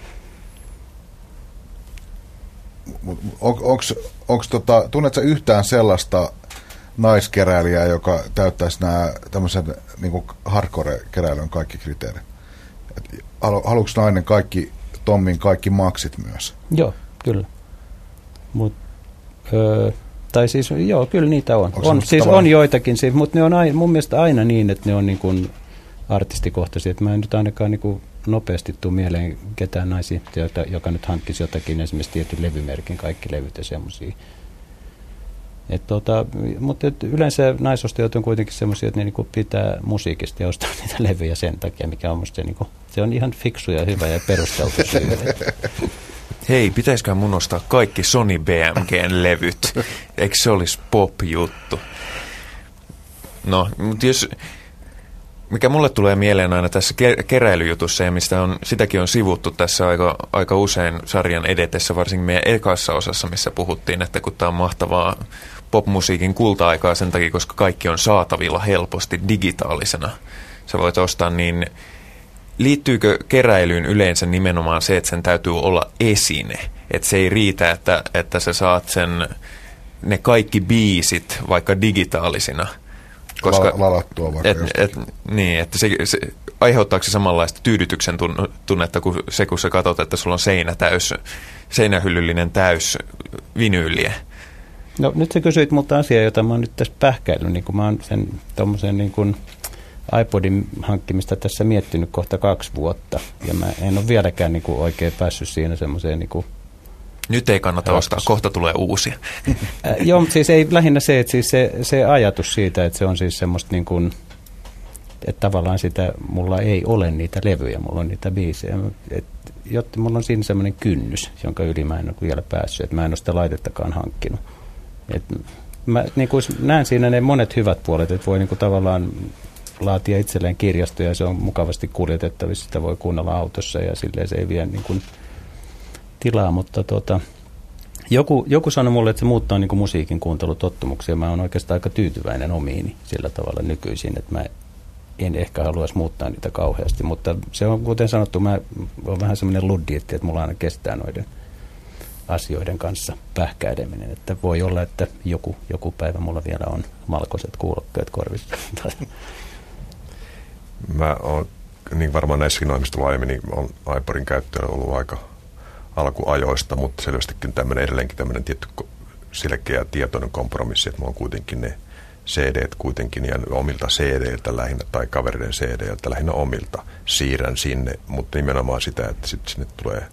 Onko tota, tunnetko yhtään sellaista naiskeräilijää, joka täyttäisi nämä tämmöisen niin kuin hardcore-keräilyn kaikki kriteerit? Haluatko nainen kaikki Tommin kaikki maksit myös? Joo, kyllä. Mut, öö, tai siis, joo, kyllä niitä on. on siis tavalla... on joitakin, siis, mutta ne on aina, mun mielestä aina niin, että ne on niin kuin artistikohtaisia. Että mä en nyt ainakaan niin kuin nopeasti tule mieleen ketään naisia, joka, joka nyt hankkisi jotakin, esimerkiksi tietyn levymerkin, kaikki levyt ja semmoisia. Et tota, mutta et yleensä naisostajat on kuitenkin semmoisia, että ne niinku pitää musiikista ja ostaa niitä levyjä sen takia, mikä on musta se, niinku, se on ihan fiksu ja hyvä ja perusteltu syy. Hei, pitäisikö mun ostaa kaikki Sony B M G:n levyt? Eikö se olisi pop-juttu? No, mutta jos... Mikä mulle tulee mieleen aina tässä keräilyjutussa, ja mistä on, sitäkin on sivuttu tässä aika, aika usein sarjan edetessä, varsinkin meidän ekassa osassa, missä puhuttiin, että kun tämä on mahtavaa popmusiikin kulta-aikaa sen takia, koska kaikki on saatavilla helposti digitaalisena, sä voit ostaa, niin liittyykö keräilyyn yleensä nimenomaan se, että sen täytyy olla esine, että se ei riitä, että, että sä saat sen, ne kaikki biisit vaikka digitaalisina, koska lalattua vaikka et, et, niin, että se, se, aiheuttaako se samanlaista tyydytyksen tunnetta kuin se, kun sä katsot, että sulla on seinä täys, seinähyllyllinen täys vinyyliä? No nyt sä kysyit multa asiaa, jota mä oon nyt tässä pähkäillyt, niin kun mä oon sen tommosen niin kun iPodin hankkimista tässä miettinyt kohta kaksi vuotta, ja mä en ole vieläkään niin kuin oikein päässyt siinä semmoiseen... Niin kuin nyt ei kannata ostaa, kohta tulee uusia. Äh, joo, mutta siis ei lähinnä se, että siis se, se ajatus siitä, että se on siis semmoista niin kuin, että tavallaan sitä, mulla ei ole niitä levyjä, mulla on niitä biisejä, että jotta mulla on siinä semmoinen kynnys, jonka yli mä en ole vielä päässyt, että mä en ole sitä laitettakaan hankkinut. Et mä niin kuin näen siinä ne monet hyvät puolet, että voi niin kuin tavallaan laatia itselleen kirjastoja ja se on mukavasti kuljetettavissa, sitä voi kuunnella autossa ja silleen se ei vie niin kuin tilaa, mutta tota, joku, joku sanoi mulle, että se muuttaa niin kuin musiikin kuuntelutottumuksia. Mä oon oikeastaan aika tyytyväinen omiini sillä tavalla nykyisin, että mä en ehkä haluaisi muuttaa niitä kauheasti, mutta se on, kuten sanottu, mä oon vähän semmoinen luddietti, että mulla aina kestää noiden asioiden kanssa pähkäileminen, että voi olla, että joku, joku päivä mulla vielä on valkoiset kuulokkeet korvissa. Mä oon, niin varmaan näissäkin ohjelmissa aiemmin, niin on iPodin käyttäjä ollut aika alkuajoista, mutta selvästikin tämmöinen edelleenkin tämmöinen tietty selkeä tietoinen kompromissi, että mulla on kuitenkin ne C D:t kuitenkin ja omilta C D:ltä lähinnä tai kaveriden C D:ltä lähinnä omilta siirrän sinne, mutta nimenomaan sitä, että sitten sinne tulee,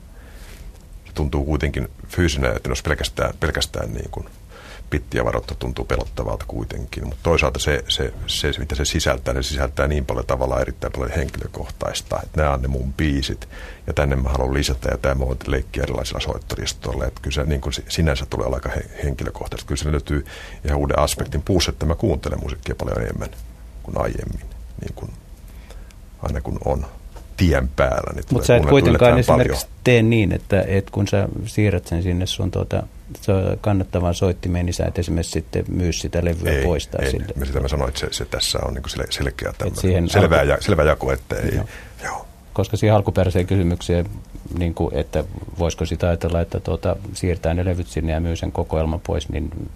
tuntuu kuitenkin fyysinä, että jos pelkästään, pelkästään niin kuin pittiä varoittaa tuntuu pelottavalta kuitenkin, mutta toisaalta se, se, se, mitä se sisältää, ne sisältää niin paljon tavallaan erittäin paljon henkilökohtaista, että nämä on ne mun biisit ja tänne mä haluan lisätä ja tämä on leikkiä erilaisilla soittoristoilla, että kyllä se niin kuin sinänsä tulee olla aika henkilökohtaisesti, kyllä se löytyy ihan uuden aspektin, plus että mä kuuntelen musiikkia paljon enemmän kuin aiemmin, niin kuin aina kun on tien päällä. Niin mutta sä et kuitenkaan esimerkiksi paljon tee niin, että, että kun sä siirrät sen sinne sun tuota, kannattavaan soittimeen, niin sä et esimerkiksi sitten myy sitä levyä ei, pois. Tai ei, sille. Mä sitä mä sanoin, että se, se tässä on niin selkeä tämmöinen, selvä, alku... selvä jako, että ei. Joo. Joo. Koska siihen alkuperäiseen kysymykseen, niin kuin, että voisiko sitä ajatella, että tuota, siirtää ne levyt sinne ja myy sen kokoelman pois, niin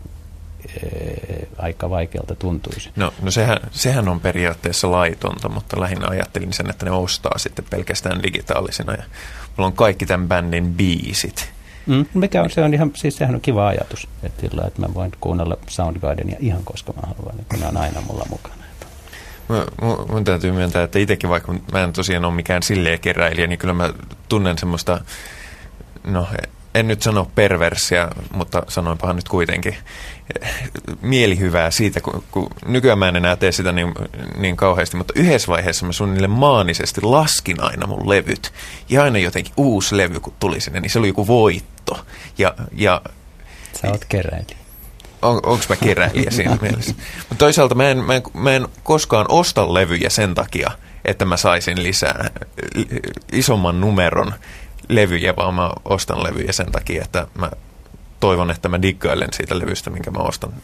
ee, aika vaikealta tuntuisi. No, no sehän, sehän on periaatteessa laitonta, mutta lähinnä ajattelin sen, että ne ostaa sitten pelkästään digitaalisena. Ja mulla on kaikki tämän bändin biisit. Mm, mikä on, se on ihan, siis sehän on kiva ajatus, että, sillä, että mä voin kuunnella Soundgardenia ihan koska mä haluan, kun ne on aina mulla mukana. Mä, mun täytyy myöntää, että itsekin vaikka mä en tosiaan ole mikään silleen keräilijä, niin kyllä mä tunnen semmoista, no en nyt sano perversia, mutta sanoinpahan nyt kuitenkin mielihyvää siitä, kun, kun nykyään mä en enää tee sitä niin, niin kauheasti, mutta yhdessä vaiheessa mä suunnilleen maanisesti laskin aina mun levyt. Ja aina jotenkin uusi levy, kun tuli sinne, niin se oli joku voitto. Ja, ja, Sä oot keräilijä. On, onko mä keräilijä siinä mielessä? Mutta toisaalta mä en, mä, en, mä en koskaan osta levyjä sen takia, että mä saisin lisää isomman numeron levyjä, vaan mä ostan levyjä sen takia, että mä toivon, että mä diggailen siitä levystä, minkä mä ostan.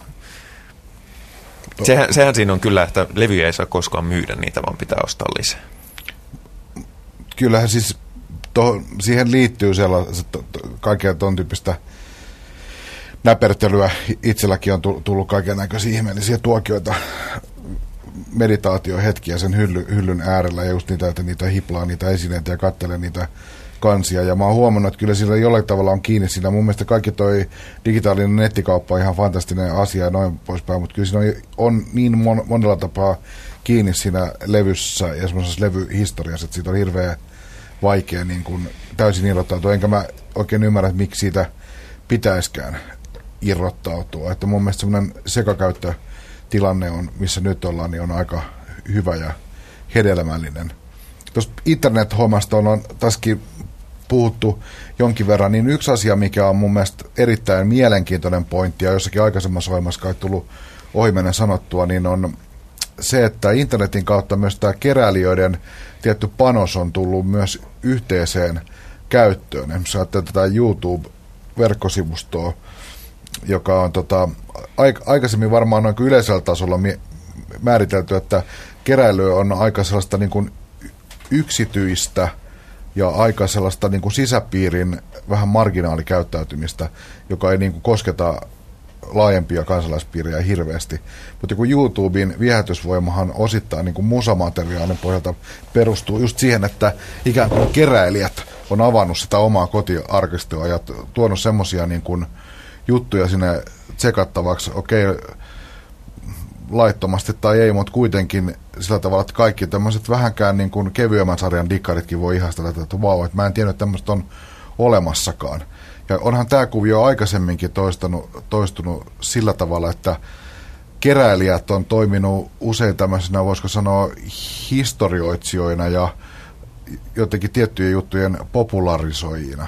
Sehän, sehän siinä on kyllä, että levyjä ei saa koskaan myydä, niitä vaan pitää ostaa lisää. Kyllähän siis to, siihen liittyy sellaista kaikkea ton tyyppistä näpertelyä. Itselläkin on tullut kaiken näköisiä ihmeellisiä tuokioita, meditaatiohetkiä sen hylly, hyllyn äärellä ja just niitä, että niitä hiplaa niitä esineitä ja katselee niitä kansia. Ja mä oon huomannut, että kyllä sillä jollain tavalla on kiinni siinä. Mun mielestä kaikki toi digitaalinen nettikauppa on ihan fantastinen asia ja noin poispäin, mutta kyllä siinä on, on niin mon, monella tapaa kiinni siinä levyssä ja semmoisessa levyhistoriassa, että siitä on hirveän vaikea niin kuin täysin irrottautua. Enkä mä oikein ymmärrä, että miksi siitä pitäiskään irrottautua. Että mun mielestä semmoinen sekakäyttötilanne on, missä nyt ollaan, niin on aika hyvä ja hedelmällinen. Tuosta internet-hommasta on tässäkin puhuttu jonkin verran, niin yksi asia, mikä on mun mielestä erittäin mielenkiintoinen pointti, ja jossakin aikaisemmassa ohjelmassa kai tullut ohimennen sanottua, niin on se, että internetin kautta myös tämä keräilijöiden tietty panos on tullut myös yhteiseen käyttöön. Esimerkiksi ajattelee tätä YouTube-verkkosivustoa, joka on tota, aikaisemmin varmaan noin yleisellä tasolla määritelty, että keräily on aika sellaista niin kuin yksityistä ja aika sellaista niin kuin sisäpiirin vähän marginaalikäyttäytymistä, joka ei niin kuin kosketa laajempia kansalaispiirejä hirveästi. Mutta kun YouTuben viehätysvoimahan osittain niin kuin musamateriaalin pohjalta perustuu just siihen, että ikään kuin keräilijät on avannut sitä omaa kotiarkistoa ja tuonut semmoisia niin kuin juttuja sinne tsekattavaksi. Okei, laittomasti tai ei, mutta kuitenkin sillä tavalla, että kaikki tämmöiset vähänkään niin kuin kevyemmän sarjan dikkaritkin voi ihastella, että vau, että mä en tiennyt, että tämmöistä on olemassakaan. Ja onhan tämä kuvio aikaisemminkin toistunut, toistunut sillä tavalla, että keräilijät on toiminut usein tämmöisenä, voisiko sanoa, historioitsijoina ja jotenkin tiettyjen juttujen popularisoijina.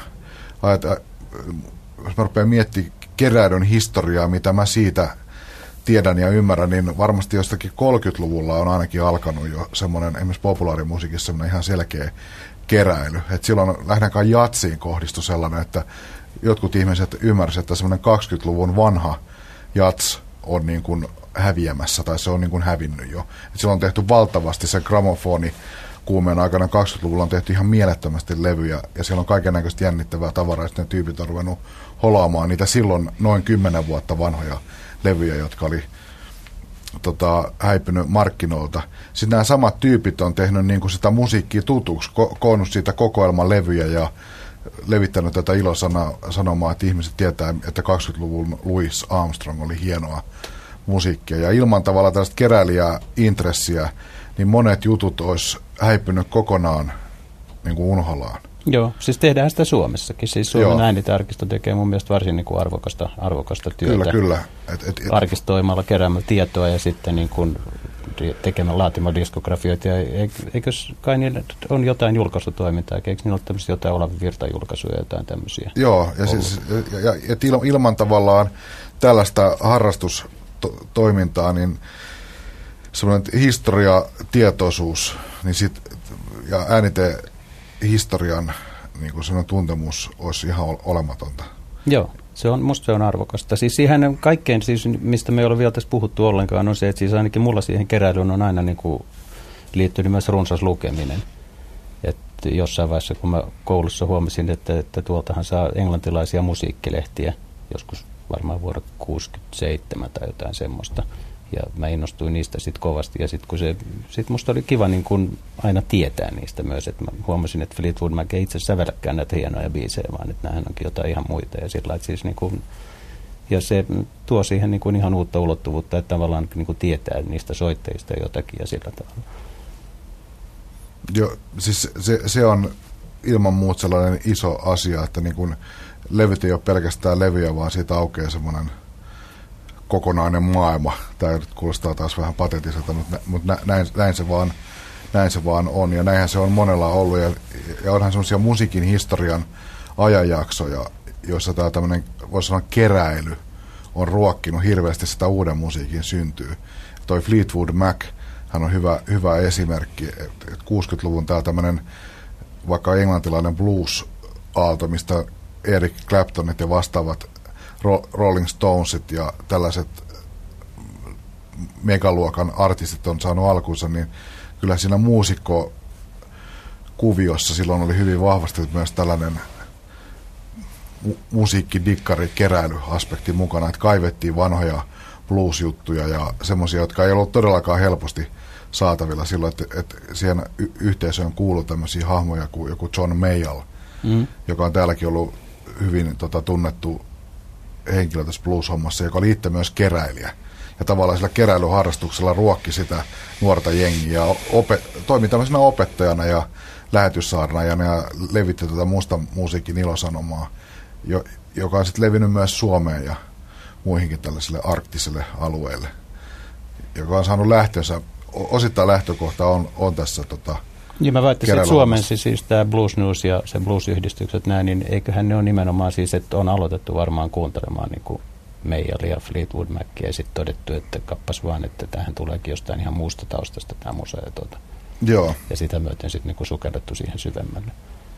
Jos mä rupean miettimään keräilyn historiaa, mitä mä siitä tiedän ja ymmärrän, niin varmasti jostakin kolmekymmentäluvulla on ainakin alkanut jo semmoinen, esimerkiksi populaarimusiikissa semmoinen ihan selkeä keräily. Et silloin lähdetään jatsiin kohdistui sellainen, että jotkut ihmiset ymmärsivät, että semmoinen kaksikymmentäluvun vanha jats on niin kuin häviämässä tai se on niin kuin hävinnyt jo. Et silloin on tehty valtavasti se gramofoni kuumeen aikana kaksikymmentäluvulla on tehty ihan mielettömästi levyjä ja siellä on kaikennäköistä jännittävää tavaraa ja sitten tyypit on ruvennut holaamaan niitä silloin noin kymmenen vuotta vanhoja levyjä, jotka oli tota, häipynyt markkinoilta. Sitten nämä samat tyypit on tehnyt niin kuin sitä musiikkia tutuksi, ko- koonnut siitä kokoelman levyjä ja levittänyt tätä ilosanomaa, että ihmiset tietää, että kaksikymmentäluvun Louis Armstrong oli hienoa musiikkia. Ja ilman tavalla tällaista keräilijää intressiä, niin monet jutut olisi häipynyt kokonaan niin kuin unholaan. Joo, siis tehdään sitä Suomessakin. Siis Suomen äänitarkisto tekee mun mielestä varsin niin kuin arvokasta, arvokasta työtä. Kyllä, kyllä. Et, et, et. Arkistoimalla, keräämällä tietoa ja sitten niin kuin tekemällä laatimalla diskografioita. Ja eikös kai niillä on jotain julkaisutoimintaa, eikö niillä ole tämmöisiä jotain Olavi Virta-julkaisuja ja jotain tämmöisiä? Joo, ja, siis, ja, ja et ilman tavallaan tällaista harrastustoimintaa, niin semmoinen historiatietoisuus niin sit, ja äänitehistorian niin kuin semmoinen tuntemus olisi ihan olematonta. Joo, se on, musta se on arvokasta. Siis siihen kaikkein, siis, mistä me ei ole vielä tässä puhuttu ollenkaan, on se, että siis ainakin mulla siihen keräilyyn on aina niin kuin liittynyt myös runsas lukeminen. Että jossain vaiheessa, kun mä koulussa huomasin, että, että tuoltahan saa englantilaisia musiikkilehtiä, joskus varmaan vuonna kuusikymmentäseitsemän tai jotain semmoista. Ja mä innostuin niistä sitten kovasti. Ja sitten kun se, sit musta oli kiva niin kun aina tietää niistä myös. Että mä huomasin, että Fleetwood Mac ei itse sävelläkään näitä hienoja biisejä, vaan että näähän onkin jotain ihan muita. Ja, sillä, siis niin kun, ja se tuo siihen niin kun ihan uutta ulottuvuutta, että tavallaan niin kun tietää niistä soitteista jotakin ja sillä tavalla. Joo, siis se, se on ilman muuta sellainen iso asia, että niin kun levyt ei ole pelkästään levyjä, vaan siitä aukeaa semmoinen kokonainen maailma. Tämä kuulostaa taas vähän patetiselta, mutta, mutta näin, näin, se vaan, näin se vaan on. Ja näinhän se on monella ollut. Ja, ja onhan semmoisia musiikin historian ajanjaksoja, joissa tämä tämmöinen, voisi sanoa, keräily on ruokkinut hirveästi sitä uuden musiikin syntyy. Toi Fleetwood Mac, hän on hyvä, hyvä esimerkki. kuusikymmentäluvun tämä tämmöinen vaikka englantilainen blues-aalto, mistä Eric Claptonit ja vastaavat Rolling Stonesit ja tällaiset megaluokan artistit on saanut alkuunsa, niin kyllä siinä muusikkokuviossa silloin oli hyvin vahvasti myös tällainen mu- musiikkidikkari-keräilyaspekti mukana, että kaivettiin vanhoja blues-juttuja ja semmoisia, jotka ei ollut todellakaan helposti saatavilla silloin, että, että siihen y- yhteisöön kuului tämmöisiä hahmoja kuin joku John Mayall, mm. joka on täälläkin ollut hyvin tota, tunnettu henkilö tässä blues-hommassa, joka oli itse myös keräilijä. Ja tavallaan sillä keräilyharrastuksella ruokki sitä nuorta jengiä. Ope- toimi tämmöisenä opettajana ja lähetyssaarnaajana ja levitti tätä musta musiikin ilosanomaa, jo, joka on sitten levinnyt myös Suomeen ja muihinkin tällaisille arktisille alueille, joka on saanut lähtönsä, osittain lähtökohta on, on tässä tota, ja mä väittäisin, että Suomen siis, siis tämä Blues News ja se blues-yhdistykset näin, niin eiköhän ne ole nimenomaan siis, että on aloitettu varmaan kuuntelemaan niin kuin Mayall ja Fleetwood Macia ja sitten todettu, että kappas vaan, että tämähän tuleekin jostain ihan muusta taustasta tämä museo ja tuota. Joo. Ja sitä myöten sitten niin kuin sukellettu siihen syvemmälle.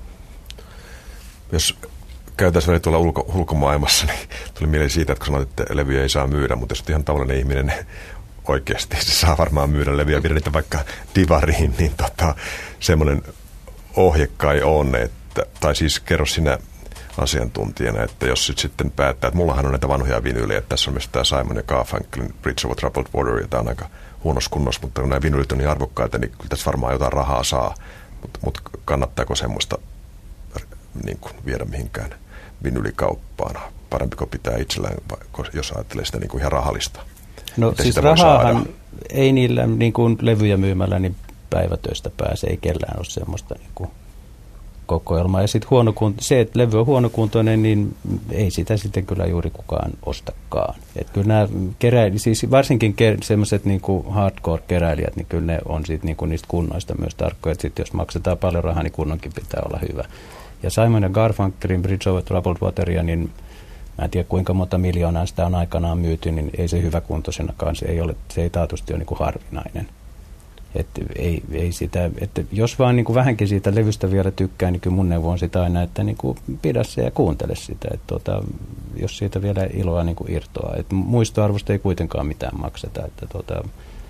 Jos käytäisiin vielä tuolla ulko, ulkomaailmassa, niin tuli mieleen siitä, että kun sanoit, että levyjä ei saa myydä, mutta jos olet ihan tavallinen ihminen, oikeasti se saa varmaan myydä levyjä ja viedä niitä vaikka divariin, niin tota, semmoinen ohje kai on, että, tai siis kerro sinä asiantuntijana, että jos sit sitten päättää, että mullahan on näitä vanhoja vinyylejä, että tässä on myös tämä Simon ja Garfunkelin Bridge over Troubled Water, ja tämä on aika huonossa kunnossa, mutta kun nämä vinyylit on niin arvokkaita, niin kyllä tässä varmaan jotain rahaa saa, mutta, mutta kannattaako semmoista niin kuin viedä mihinkään vinylikauppaan? Parempiko pitää itsellään, jos ajattelee sitä niin kuin ihan rahallista? No siis rahaahan, ei niillä niin kuin levyjä myymällä niin päivätöistä pääse, ei kellään ole semmoista niin kuin kokoelmaa. Ja sitten se, että levy on huonokuntoinen, niin ei sitä sitten kyllä juuri kukaan ostakaan. Että kyllä nämä keräilijät, siis varsinkin semmoiset niin kuin hardcore-keräilijät, niin kyllä ne on sit niin kuin niistä kunnoista myös tarkkoja. Että sitten jos maksetaan paljon rahaa, niin kunnonkin pitää olla hyvä. Ja Simon ja Garfunkelin Bridge over Troubled Wateria, niin mä en tiedä kuinka monta miljoonaa sitä on aikanaan myyty, niin ei se hyväkuntoisenakaan, se ei, ole, se ei taatusti ole niin kuin harvinainen. Että ei, ei sitä, että jos vaan niin kuin vähänkin siitä levystä vielä tykkää, niin kyllä mun neuvo on sitä aina, että niin kuin pidä se ja kuuntele sitä. Että tota, jos siitä vielä iloa niin kuin irtoaa. Että muistoarvosta ei kuitenkaan mitään makseta. Että tota,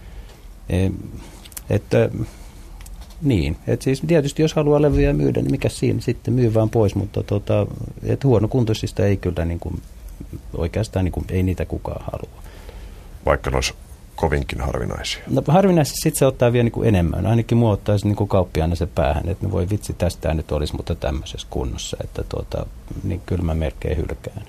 että, niin, että siis tietysti jos haluaa levyjä myydä, niin mikä siinä sitten myy vaan pois, mutta tota, että huonokuntoisista ei kyllä niin kuin, oikeastaan niin kuin, ei niitä kukaan halua. Vaikka ne olisi kovinkin harvinaisia. No harvinaisesti sitten se ottaa vielä niin kuin enemmän. Ainakin mua ottaisi niin kuin kauppiaana se päähän, että no voi vitsi, tästä nyt olisi, mutta tämmöisessä kunnossa, että tuota, niin kyllä mä melkein hylkään.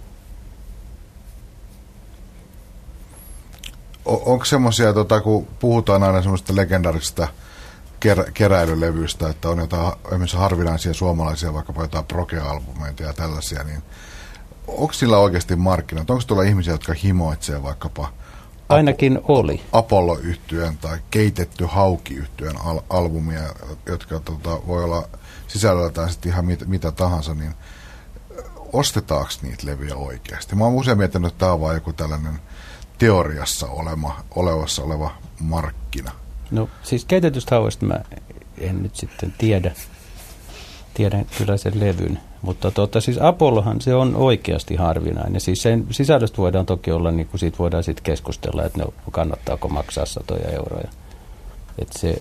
O- onko semmoisia, tota, kun puhutaan aina semmoista legendaarisista ker- keräilylevyistä, että on jotain esimerkiksi harvinaisia suomalaisia, vaikkapa jotain proge-albumeita ja tällaisia, niin onko sillä oikeasti markkinat? Onko tuolla ihmisiä, jotka himoitsee vaikkapa ainakin oli. Apollo-yhtyeen tai Keitetty hauki-yhtyeen al- albumia, jotka tota, voi olla sisällöltään sitten ihan mit- mitä tahansa, niin ostetaanko niitä levyjä oikeasti? Mä oon usein miettinyt, että tämä on vaan joku tällainen teoriassa olema, olevassa oleva markkina. No siis Keitetystä hauista mä en nyt sitten tiedä. Tiedän kyllä sen levyn. Mutta tota, siis Apollohan se on oikeasti harvinainen. Siis sen sisällöstä voidaan toki olla, niin kuin siitä voidaan sitten keskustella, että no, kannattaako maksaa satoja euroja. Että se,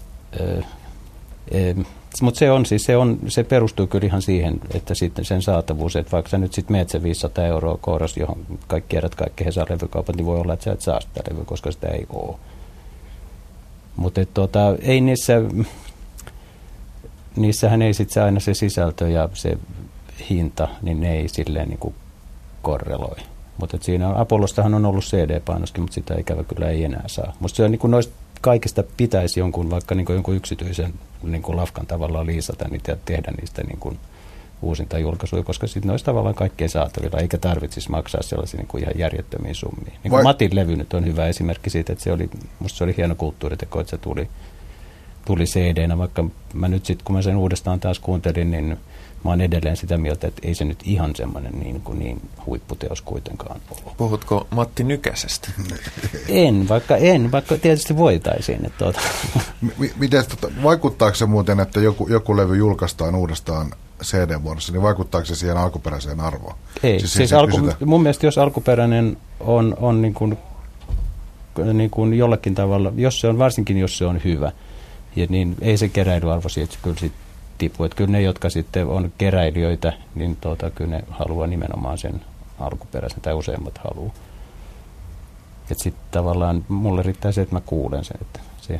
mutta se on siis, se, on, se perustuu kyllä ihan siihen, että sitten sen saatavuus, että vaikka sä nyt sitten meet se viisisataa euroa kooros, johon kaikki kierrät kaikki Hesan levykaupat, niin voi olla, että sä et saa sitä levyä, koska sitä ei ole. Mutta tota, ei niissä... Niissähän ei sitten aina se sisältö ja se hinta, niin ne ei silleen niin kuin korreloi. Mutta siinä Apollostahan on ollut C D-painoskin, mutta sitä ikävä kyllä ei enää saa. Musta se on niin kuin noista kaikista pitäisi jonkun, vaikka niin kuin jonkun yksityisen niin kuin lafkan tavallaan liisata niitä ja tehdä niistä niin kuin uusinta julkaisuja, koska sitten noista tavallaan kaikkien saatavilla, eikä tarvitsisi maksaa sellaisia niin kuin ihan järjettömiä summia. Niin kuin Matin levy nyt on hyvä esimerkki siitä, että se oli, musta se oli hieno kulttuuriteko, että se tuli tuli C D-nä, vaikka mä nyt sitten, kun mä sen uudestaan taas kuuntelin, niin mä oon edelleen sitä mieltä, että ei se nyt ihan semmoinen niin, niin huipputeos kuitenkaan ole. Puhutko Matti Nykäsestä? En, vaikka en, vaikka tietysti voitaisiin. Että tuota. M- miten, tota, vaikuttaako se muuten, että joku, joku levy julkaistaan uudestaan C D-muodossa, niin vaikuttaako se siihen alkuperäiseen arvoon? Ei, siis, siis alku, mun mielestä jos alkuperäinen on, on niin kuin, niin kuin jollakin tavalla, jos se on, varsinkin jos se on hyvä, ja niin ei se keräilyarvo siitä kyllä sitten tipu. Että kyllä ne, jotka sitten on keräilijöitä, niin tuota, kyllä ne haluaa nimenomaan sen alkuperäisen, tai useimmat haluaa. Että sitten tavallaan mulle riittää se, että mä kuulen sen, että se...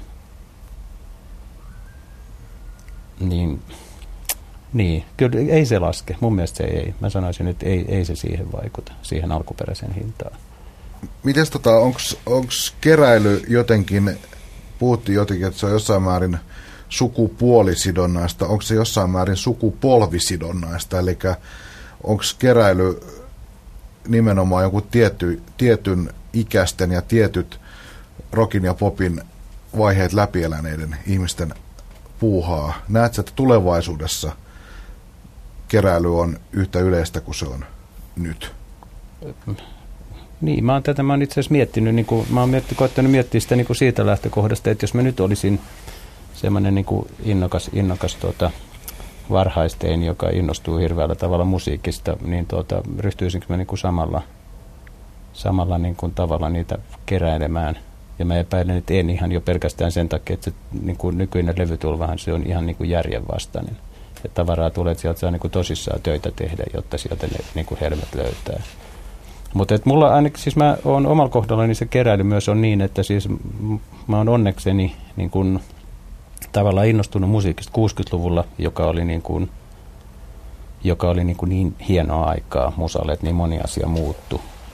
Niin, niin, kyllä ei se laske. Mun mielestä se ei. Mä sanoisin, että ei, ei se siihen vaikuta, siihen alkuperäisen hintaan. Mites tota, onko keräily jotenkin... Puhuttiin jotenkin, että se on jossain määrin sukupuolisidonnaista. Onko se jossain määrin sukupolvisidonnaista? Eli onko keräily nimenomaan joku tietty, tietyn ikäisten ja tietyt rockin ja popin vaiheet läpieläneiden ihmisten puuhaa? Näetkö, että tulevaisuudessa keräily on yhtä yleistä kuin se on nyt? Niin, mä oon tätä mä oon itse asiassa miettinyt, niin kuin, mä oon mietti, koettanut miettiä sitä niin kuin siitä lähtökohdasta, että jos mä nyt olisin semmoinen niin kuin innokas, innokas tuota, varhaistein, joka innostuu hirveällä tavalla musiikista, niin tuota, ryhtyisinkö mä niin kuin samalla, samalla niin kuin tavalla niitä keräilemään. Ja mä epäilen, että en ihan jo pelkästään sen takia, että se niin kuin nykyinen levytulvahan se on ihan niin kuin järjenvastainen. Ja tavaraa tulee, että sieltä saa niin kuin tosissaan töitä tehdä, jotta sieltä ne niin kuin helmet löytää. Mutta mulla ainakin, siis mä oon omalla kohdallani se keräily myös on niin, että siis mä oon onnekseni niin kun, tavallaan innostunut musiikista kuusikymmentäluvulla, joka oli niin, kun, joka oli niin, kun niin hienoa aikaa musalle, että niin moni asia muuttui.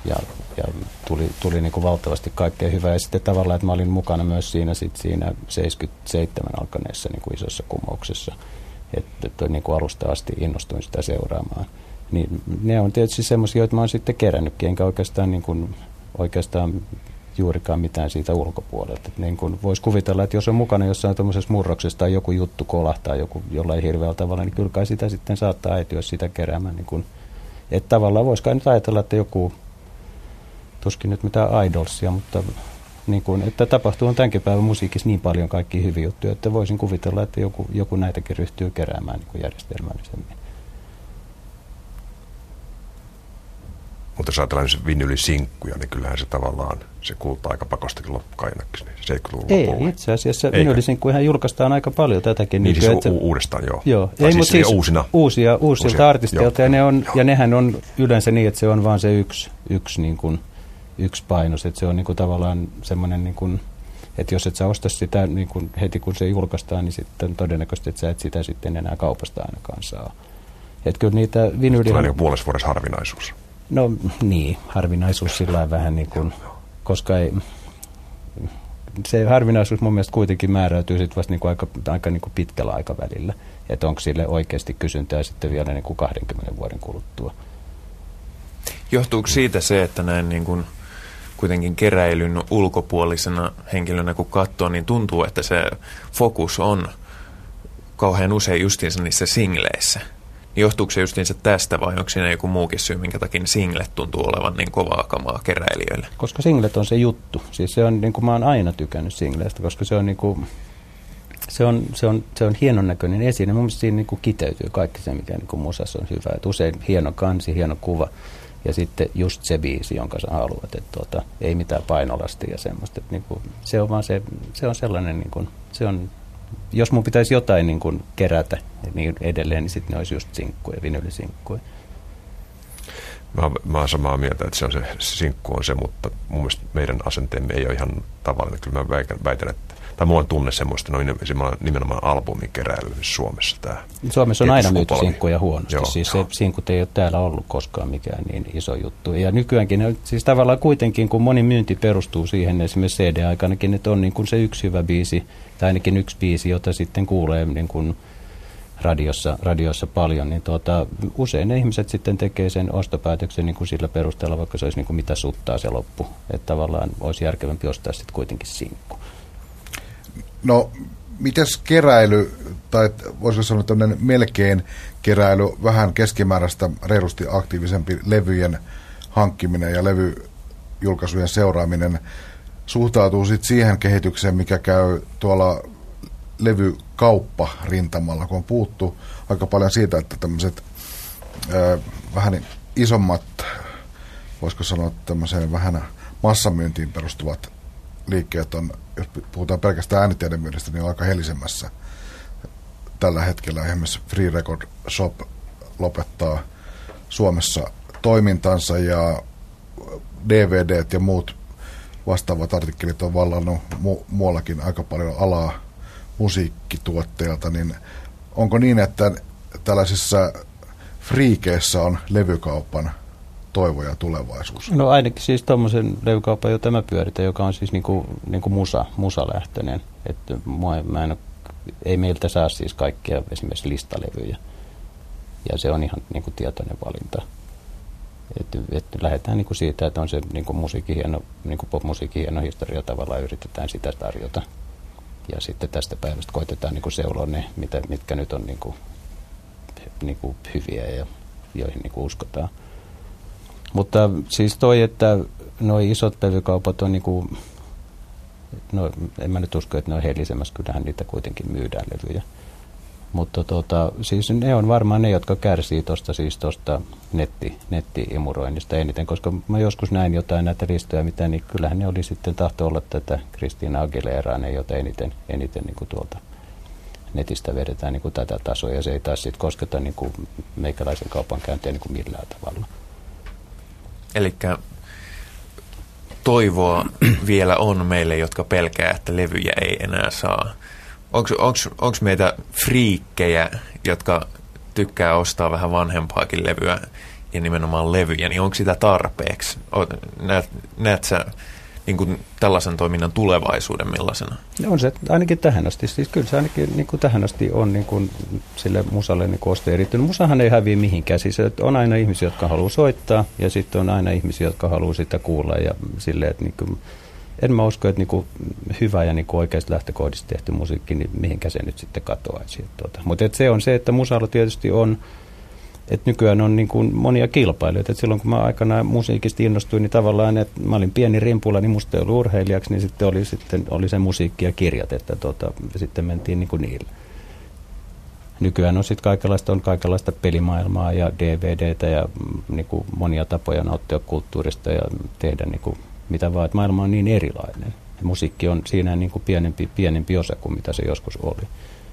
ja, ja tuli, tuli niin kuin valtavasti kaikkea hyvää. Ja sitten tavallaan, että mä olin mukana myös siinä, sit siinä seitsemänkymmentäseitsemän alkaneessa niin kuin isossa kumouksessa, että, että niin kuin alusta asti innostuin sitä seuraamaan. Niin ne on tietysti semmoisia, joita mä oon sitten kerännytkin, enkä oikeastaan, niin kuin, oikeastaan juurikaan mitään siitä ulkopuolelta. Niin kuin voisi kuvitella, että jos on mukana jossain tuollaisessa murroksessa tai joku juttu kolahtaa joku jollain hirveällä tavalla, niin kyllä kai sitä sitten saattaa äityä sitä keräämään. Niin kuin, että tavallaan voisi kai nyt ajatella, että joku, tuskin nyt mitään idolsia, mutta niin kuin, että tapahtuu on tämänkin päivän musiikissa niin paljon kaikki hyviä juttuja, että voisin kuvitella, että joku, joku näitäkin ryhtyy keräämään niin kuin järjestelmällisemmin. Mutta jos ajatellaan se vinylisinkkuja, niin kyllähän se tavallaan, se kuultaa aika pakostakin loppukainaksi, niin seitsemänkymmentäluvun lopulla. Ei, itse asiassa vinylisinkkujahan julkaistaan aika paljon tätäkin. Niin, niin siis että, u- uudestaan joo. Joo, ei, ei, siis, mutta siis uusina. Uusia, uusilta uusia artisteilta, ja, ne on, ja nehän on yleensä niin, että se on vaan se yksi, yksi, niin kuin, yksi painos, että se on niin kuin tavallaan semmoinen, niin kuin, että jos et sä osta sitä niin kuin heti kun se julkaistaan, niin sitten todennäköisesti, että sä et sitä sitten enää kaupasta ainakaan saa. Että kyllä niitä vinyyliä... Tulee niin puolessa vuodessa harvinaisuus. No niin, harvinaisuus sillä vähän niin kuin, koska ei, se harvinaisuus mun mielestä kuitenkin määräytyy sitten vasta niin kuin aika, aika niin kuin pitkällä aikavälillä, että onko sille oikeasti kysyntää sitten vielä niin kuin kahdenkymmenen vuoden kuluttua. Johtuuko siitä se, että näin niin kuin kuitenkin keräilyn ulkopuolisena henkilönä kun katsoo, niin tuntuu, että se fokus on kauhean usein justiinsa niissä singleissä? Johtuuko se justiinsa tästä vai onko siinä joku muukin syy, minkä takia singlet tuntuu olevan niin kovaa kamaa keräilijöille? Koska singlet on se juttu. Siis se on, niin kuin mä oon aina tykännyt singleistä, koska se on, niin kuin, se on, se on, se on hienon näköinen esine. Mun mielestä siinä niin kuin kiteytyy kaikki se, mikä niin kuin musassa on hyvä. Et usein hieno kansi, hieno kuva ja sitten just se biisi, jonka sä haluat. Et tuota, ei mitään painolastia ja semmoista. Et niin kuin, se on vaan se, se on sellainen, niin kuin, se on... Jos mun pitäisi jotain niin kuin kerätä niin edelleen, niin sitten ne olisi just sinkkuja, vinylisinkkuja. Mä, mä oon samaa mieltä, että se, on se, se sinkku on se, mutta mun mielestä meidän asenteemme ei ole ihan tavallinen. Kyllä mä väitän, että, tai mulla on tunne semmoista, no nimenomaan albumin keräily Suomessa. Tää Suomessa on aina myyty sinkkuja huonosti. Joo, siis joo. Se sinkut ei ole täällä ollut koskaan mikään niin iso juttu. Ja nykyäänkin, siis tavallaan kuitenkin, kun moni myynti perustuu siihen, esimerkiksi C D-aikanakin, että on niin kuin se yksi hyvä biisi, tai ainakin yksi biisi, jota sitten kuulee niin kuin radiossa, radiossa paljon, niin tuota, usein ne ihmiset sitten tekee sen ostopäätöksen niin kuin sillä perusteella, vaikka se olisi niin kuin mitä suttaa se loppu. Että tavallaan olisi järkevämpi ostaa sitten kuitenkin sinkku. No, mitäs keräily, tai voisiko sanoa tämmöinen melkein keräily, vähän keskimääräistä reilusti aktiivisempi levyjen hankkiminen ja levyjulkaisujen seuraaminen suhtautuu sitten siihen kehitykseen, mikä käy tuolla levykauppa-rintamalla, kun on puhuttu aika paljon siitä, että tämmöiset ö, vähän isommat, voisiko sanoa tämmöiseen vähän massamyyntiin perustuvat liikkeet on, jos puhutaan pelkästään äänitteiden myynnistä, niin on aika helisemmässä tällä hetkellä. Esimerkiksi Free Record Shop lopettaa Suomessa toimintansa ja D V D:t ja muut vastaavat artikkelit on vallannut mu- muuallakin aika paljon alaa musiikkituotteelta, niin onko niin, että tällaisissa friikeissä on levykaupan toivo ja tulevaisuus? No ainakin siis tuommoisen levykaupan, jota mä pyöritän, joka on siis niinku, niinku musa, musalähtöinen. Että mua, mä en ole, ei meiltä saa siis kaikkia esimerkiksi listalevyjä. Ja se on ihan niinku tietoinen valinta. Että et lähdetään niinku siitä, että on se niinku musiikin hieno, niinku popmusiikin hieno historia, tavallaan yritetään sitä tarjota. Ja sitten tästä päivästä koitetaan niinku seuloa ne, mitä, mitkä nyt on niinku, niinku hyviä ja joihin niinku uskotaan. Mutta siis toi, että nuo isot levykaupat on niinku, no en mä nyt usko, että ne on helisemmässä, kyllähän niitä kuitenkin myydään levyjä. Mutta tota, siis ne on varmaan ne, jotka kärsii tuosta siis tuosta netti, netti-imuroinnista eniten, koska mä joskus näin jotain näitä listoja, mitä, niin kyllähän ne oli sitten tahto olla tätä Christina Aguileraa, ne jota eniten, eniten niin kuin tuolta netistä vedetään niin kuin tätä tasoa, ja se ei taas sitten kosketa niin kuin meikäläisen kaupankäyntiä niin kuin millään tavalla. Elikkä toivoa vielä on meille, jotka pelkää, että levyjä ei enää saa. Onko meitä friikkejä, jotka tykkää ostaa vähän vanhempaakin levyä ja nimenomaan levyjä, niin onko sitä tarpeeksi? Näet, näet sä niin kuin tällaisen toiminnan tulevaisuuden millaisena? On se ainakin tähän asti. Siis kyllä se ainakin niin kuin tähän asti on niin kuin sille musalle niin oste erittynyt. Musahan ei häviä mihinkään. Siis on aina ihmisiä, jotka haluaa soittaa ja sitten on aina ihmisiä, jotka haluaa sitä kuulla. Ja silleen, että niin kuin, en mä usko, että niin kuin hyvä ja niin kuin oikeasti lähtökohdista tehty musiikki, niin mihinkä se nyt sitten katoaisi. Tuota. Mutta se on se, että musalla tietysti on, että nykyään on niin kuin monia kilpailijoita. Et silloin kun mä aikanaan musiikista innostuin, niin tavallaan, että mä olin pieni rimpulla, niin musta ei ollut urheilijaksi, niin sitten oli, sitten oli se musiikki ja kirjat, että tuota, sitten mentiin niin kuin niillä. Nykyään on sitten kaikenlaista, on kaikenlaista pelimaailmaa ja D V D:tä ja niin kuin monia tapoja nauttia kulttuurista ja tehdä niin kuin mitä vaan, että maailma on niin erilainen. Ja musiikki on siinä niin kuin pienempi, pienempi osa kuin mitä se joskus oli.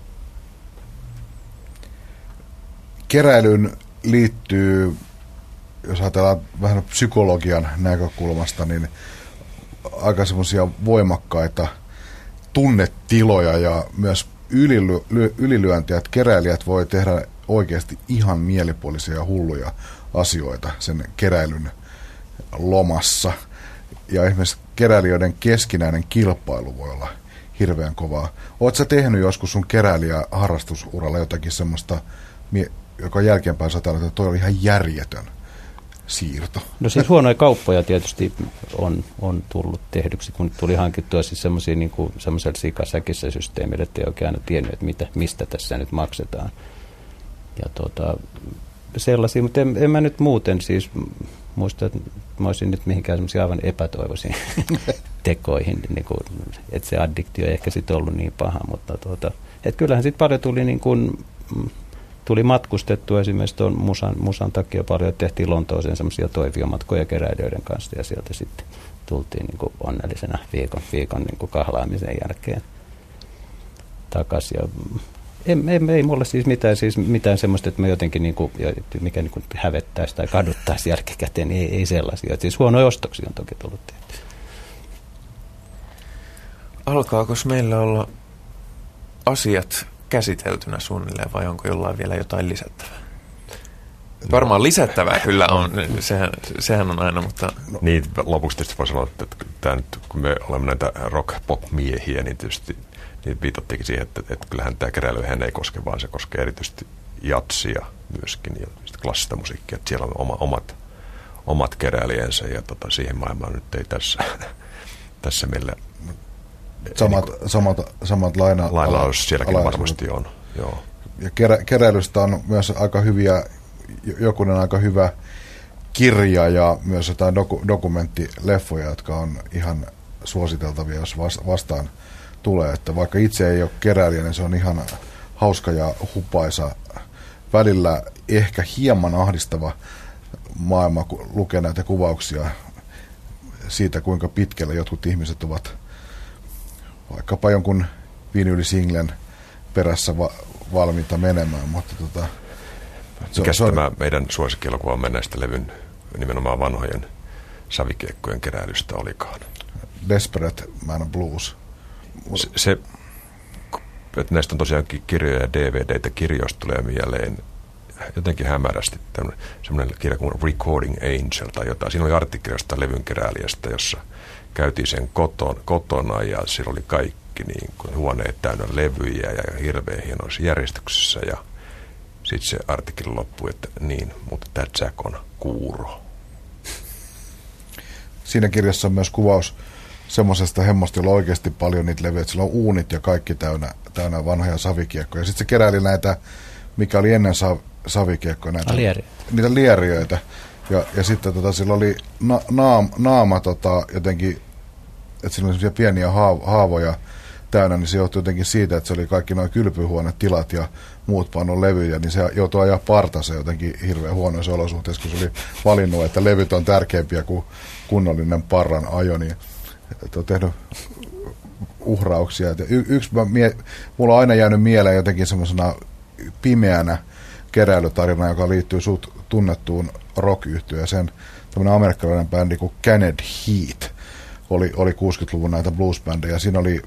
Keräilyyn liittyy, jos ajatellaan vähän psykologian näkökulmasta, niin aika semmoisia voimakkaita tunnetiloja ja myös ylily, ylilyöntiä, että keräilijät voi tehdä oikeasti ihan mielipuolisia ja hulluja asioita sen keräilyn lomassa. Ja esimerkiksi keräilijöiden keskinäinen kilpailu voi olla hirveän kovaa. Oletko sä tehnyt joskus sun keräilijäharrastusuralla jotakin semmoista, joka jälkeenpäin sataan, että toi oli ihan järjetön siirto? No siis huonoja kauppoja tietysti on, on tullut tehdyksi, kun tuli hankittua siis semmoisia niin kuin semmoisella sikasäkissä systeemillä, että ei oikein aina tiennyt, että mitä, mistä tässä nyt maksetaan. Ja tuota, sellaisia, mutta en, en mä nyt muuten siis muista, että mä olisin nyt mihinkään semmoisia aivan epätoivoisiin tekoihin, niin kuin, että se addiktio ei ehkä sitten ollut niin paha, mutta tuota, että kyllähän sitten paljon tuli niin kuin, tuli matkustettua esimerkiksi tuon musan, musan takia paljon, tehtiin Lontooseen semmoisia toiviomatkoja keräilijöiden kanssa ja sieltä sitten tultiin niin kuin onnellisena viikon, viikon niin kuin kahlaamisen jälkeen takaisin. Ja ei, ei, ei mulle siis mitään, siis mitään semmoista, että mä jotenkin niin kuin, mikä niin kuin hävettäisi tai kaduttaisi jälkikäteen, niin ei, ei sellaisia. Siis huonoja ostoksia on toki tullut tehty. Alkaako meillä olla asiat käsiteltynä suunnilleen vai onko jollain vielä jotain lisättävää? Varmaan lisättävää kyllä on, sehän, sehän on aina, mutta... No. Niin, lopuksi tietysti voi sanoa, että tämä nyt, kun me olemme näitä rock-pop-miehiä, niin tietysti niin viitattiinkin siihen, että, että kyllähän tämä keräily hän ei koske, vaan se koskee erityisesti jatsia myöskin ja klassista musiikkia, että siellä on oma, omat, omat keräilijänsä ja tota, siihen maailmaan nyt ei tässä, tässä meillä... Samat, niin kuin, samat, samat laina, lainaus sielläkin ala, varmasti on. Joo. Ja kerä, keräilystä on myös aika hyviä, jokunen aika hyvä kirja ja myös jotain doku, dokumenttileffoja, jotka on ihan suositeltavia, jos vastaan tulee. Että vaikka itse ei ole keräilijä, niin se on ihan hauska ja hupaisa. Välillä ehkä hieman ahdistava maailma, kun lukee näitä kuvauksia siitä, kuinka pitkälle jotkut ihmiset ovat vaikkapa jonkun vinyylisinglen perässä va- valmiita menemään, mutta tota... Mikäs tämä meidän suosikkielokuvamme näistä levyn nimenomaan vanhojen savikiekkojen keräilystä olikaan? Desperate Man Blues. Se, se että näistä on tosiaankin kirjoja ja D V D:tä, kirjoista tulee mieleen jotenkin hämärästi semmoinen kirja kuin Recording Angel tai jotain. Siinä oli artikkeli jostain levyn keräilijästä, jossa käytiin sen koton, kotona ja siellä oli kaikki niin kuin huoneet täynnä levyjä ja hirveän hienoissa järjestyksessä ja sitten se artikkeli loppui, että niin, mutta tämä Jack on kuuro. Siinä kirjassa on myös kuvaus semmoisesta hemmosta, jolla on oikeasti paljon niitä levyjä, että sillä on uunit ja kaikki täynnä, täynnä vanhoja savikiekkoja. Sitten se keräili näitä, mikä oli ennen sa, savikiekkoja, näitä Lieri. niitä lieriöitä. Ja, ja sitten tota, sillä oli na, naam, naama tota, jotenkin, että sillä oli semmoisia pieniä haav, haavoja täynnä, niin se johtui jotenkin siitä, että se oli kaikki nuo kylpyhuonetilat ja muut pannut levyjä, niin se joutui ajaa partansa jotenkin hirveän huonoissa olosuhteissa, kun se oli valinnut, että levyt on tärkeämpiä kuin kunnollinen parran ajo, niin että on tehnyt uhrauksia. Y- yksi, mie, mulla on aina jäänyt mieleen jotenkin semmoisena pimeänä keräilytarina, joka liittyy suht tunnettuun rock-yhtyöön. Sen tämmöinen amerikkalainen bändi kuin Canned Heat oli, oli kuusikymmentäluvun näitä blues-bändejä. Siinä oli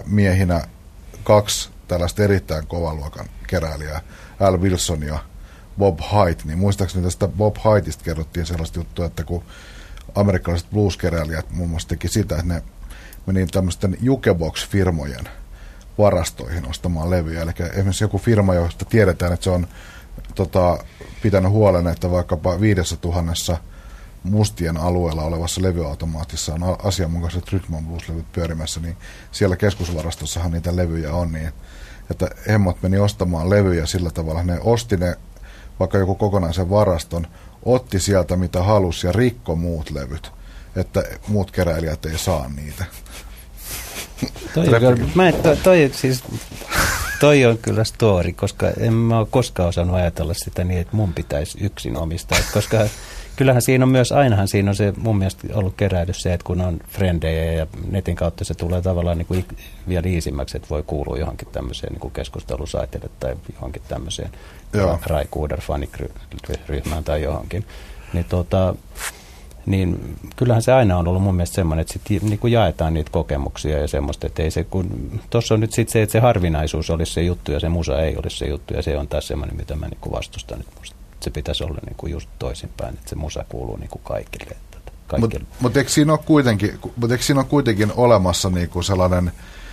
päämiehinä kaksi tällaista erittäin kovan luokan keräilijää, Al Wilson ja Bob Haidt, niin muistaakseni tästä Bob Haidtista kerrottiin sellaista juttua, että kun amerikkalaiset blueskeräilijät muun muassa teki sitä, että ne meni tämmöisten jukebox-firmojen varastoihin ostamaan levyjä. Eli esimerkiksi joku firma, josta tiedetään, että se on tota, pitänyt huolen, että vaikkapa viidessä tuhannessa mustien alueella olevassa levyautomaatissa on asianmukaiset rhythm and blues-levyt pyörimässä, niin siellä keskusvarastossahan niitä levyjä on, niin että hemmot meni ostamaan levyjä sillä tavalla, ne osti ne vaikka joku kokonaisen varaston, otti sieltä mitä halusi ja rikko muut levyt, että muut keräilijät ei saa niitä. Toi, mä en, toi, toi, siis, toi on kyllä story, koska en mä ole koskaan osannut ajatella sitä niin, että mun pitäisi yksin omistaa, koska kyllähän siinä on myös, ainahan siinä on se mun mielestä ollut keräilys se, että kun on frendejä ja netin kautta se tulee tavallaan niin kuin vielä iisimmäksi, että voi kuulua johonkin tämmöiseen niin kuin keskustelusaitille tai johonkin tämmöiseen Raikuuder fanikryhmään tai johonkin. Niin, tota, niin kyllähän se aina on ollut mun mielestä semmoinen, että sit niin kuin jaetaan niitä kokemuksia ja semmoista, että ei se, kun tuossa on nyt sitten se, että se harvinaisuus olisi se juttu ja se musa ei olisi se juttu ja se on taas semmoinen, mitä mä niin kuin vastustan nyt musta. Se pitäisi olla niin kuin just toisinpäin, että se musa kuuluu niin kuin kaikille. kaikille. Mutta mut eikö siinä ole kuitenkin, mut eikö siinä ole kuitenkin olemassa niin kuin sellainen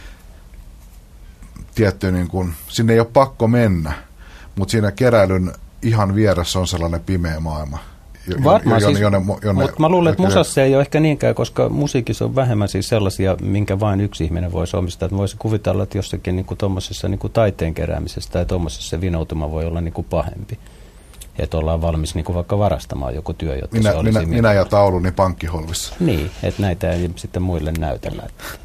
tietty, niin kuin, sinne ei ole pakko mennä, mutta siinä keräilyn ihan vieressä on sellainen pimeä maailma. Jo, Varmaan jo, siis, jonne, jonne, mutta mä luulen, että musassa ei ole ehkä niinkään, koska musiikissa on vähemmän siis sellaisia, minkä vain yksi ihminen voisi omistaa. Että voisi kuvitella, että jossakin niin kuin tuommoisessa niin kuin taiteen keräämisessä tai tuommoisessa se vinoutuma voi olla niin kuin pahempi. Että ollaan valmis niin kuin vaikka varastamaan joku työ, jotta minä, se olisi... Minä, minä ja tauluni pankkiholvissa. Niin, että näitä ei sitten muille näytellä.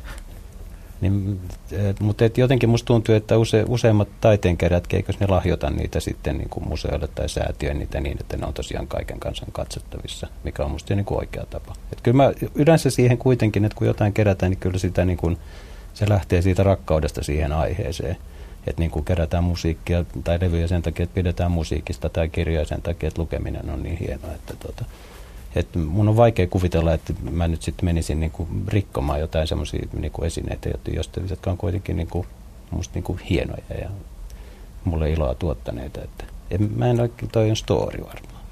Niin, mutta et jotenkin musta tuntuu, että use, useimmat taiteenkeräjät, eikös ne lahjota niitä sitten niin kuin museoille tai säätiöön niitä niin, että ne on tosiaan kaiken kansan katsottavissa, mikä on musta niin kuin oikea tapa. Et kyllä mä yleensä siihen kuitenkin, että kun jotain kerätään, niin kyllä sitä niin kuin, se lähtee siitä rakkaudesta siihen aiheeseen. Että niin kuin kerätään musiikkia tai levyjä sen takia, että pidetään musiikista tai kirjoja sen takia, että lukeminen on niin hienoa, että tota, että mun on vaikea kuvitella, että mä nyt sitten menisin niin kuin rikkomaan jotain semmoisia niin kuin esineitä, jotka on kuitenkin niin kuin, musta niin kuin hienoja ja mulle iloa tuottaneita. Että en, mä en oikein, toi on story varmaan.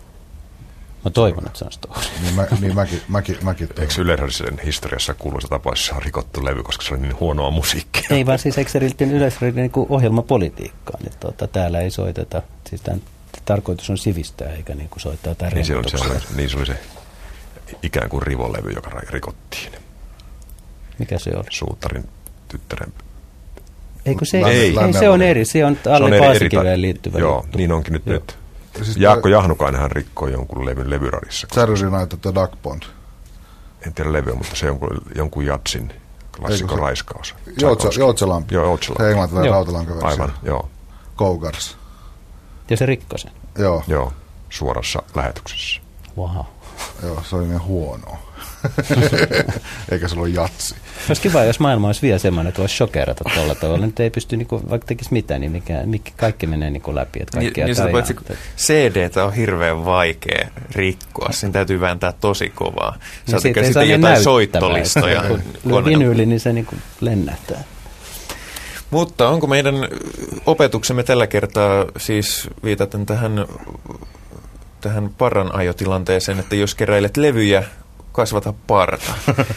Mä toivon, että se on story. Niin, mä, niin mäkin, mäkin, mäkin eikö Yleisradion historiassa kuuluisa tapaus, se on rikottu levy, koska se oli niin huonoa musiikkia? Ei vaan siis eikö se riitti Yleisradion niin kuin ohjelmapolitiikkaan, että tuota, täällä ei soiteta, siis tämän tarkoitus on sivistää eikä niin kuin soittaa jotain niin se, rentotuksia. se oli, niin se oli se ikään kuin rivolevy, joka rikottiin. Mikä se oli? Suutarin tyttären. Eikö se, ei, ei, ei, se on eri, se on alle Paasikiveen liittyvä. Joo, juttu. niin onkin nyt. Joo. nyt. Siis Jaakko Jahnukainenhan rikkoi jonkun levyn levyradissa. Saturday Night at the Duck Pond. En tiedä levyä, mutta se jonkun, jonkun jatsin klassikko raiskaus. Joutselampi. Joo, Joutselampi. Se englantilainen rautalankaversio. Aivan, joo. Cougars. Ja se rikkoi sen. Joo. Joo, suorassa lähetyksessä. Wow. Joo, se oli niin huonoa. Eikä se ollut jatsi. Olisi kiva, jos maailma olisi vielä semmoinen, että voisi shokerata tuolla tavalla. Nyt ei pysty, niinku, vaikka tekisi mitään, niin mikä, mikä, kaikki menee niinku läpi. Että kaikkia niin, niin C D:tä on hirveän vaikea rikkoa. Sen täytyy vääntää tosi kovaa. Ja sitten jotain näyttävää. Soittolistoja. Kun vinyyli, niin se niinku lennähtää. Mutta onko meidän opetuksemme tällä kertaa siis viitaten tähän, tähän parran ajotilanteeseen, että jos keräilet levyjä, kasvata parta.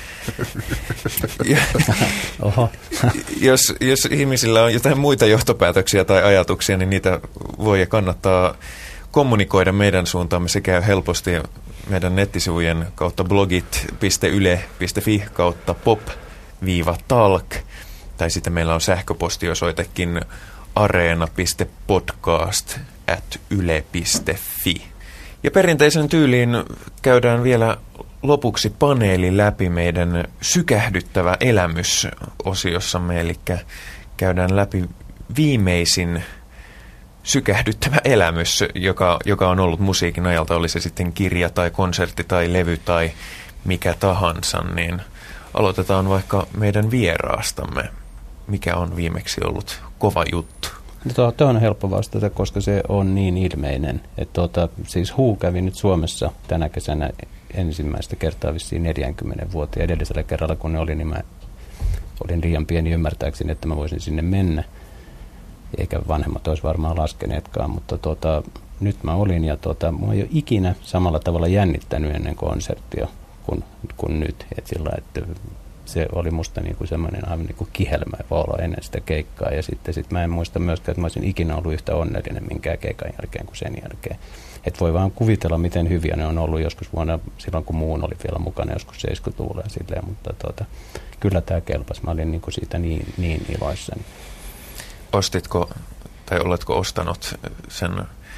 ja, Oho. jos, jos ihmisillä on jotain muita johtopäätöksiä tai ajatuksia, niin niitä voi ja kannattaa kommunikoida meidän suuntaamme. Se käy helposti meidän nettisivujen kautta blogit piste yle piste fi kautta pop-talk. Tai sitten meillä on sähköpostiosoitekin areena piste podcast at yle piste fi. Ja perinteisen tyyliin käydään vielä lopuksi paneeli läpi meidän sykähdyttävä elämys-osiossamme, eli käydään läpi viimeisin sykähdyttävä elämys, joka, joka on ollut musiikin ajalta, oli se sitten kirja tai konsertti tai levy tai mikä tahansa, niin aloitetaan vaikka meidän vieraastamme. Mikä on viimeksi ollut kova juttu? Tuo, tuo on helppo vastata, koska se on niin ilmeinen. Että tuota, siis Who kävi nyt Suomessa tänä kesänä ensimmäistä kertaa vissiin neljäkymmentä vuotta. Edellisellä kerralla, kun ne oli, niin mä olin liian pieni ymmärtääkseni, että mä voisin sinne mennä. Eikä vanhemmat olisi varmaan laskeneetkaan, mutta tuota, nyt mä olin ja tota, mä oon jo ikinä samalla tavalla jännittänyt ennen konserttia kuin, kuin nyt. Et sillä, että se oli musta niinku semmoinen aivan niinku kihelmä olo ennen sitä keikkaa ja sitten sit mä en muista myöskään, että mä olisin ikinä ollut yhtä onnellinen minkään keikan jälkeen kuin sen jälkeen. Et voi vaan kuvitella, miten hyviä ne on ollut joskus vuonna, silloin kun muun oli vielä mukana, joskus seitsemänkymmentäluvulla ja silleen, mutta tota, kyllä tämä kelpasi. Mä olin niinku siitä niin, niin iloissani. Ostitko tai oletko ostanut sen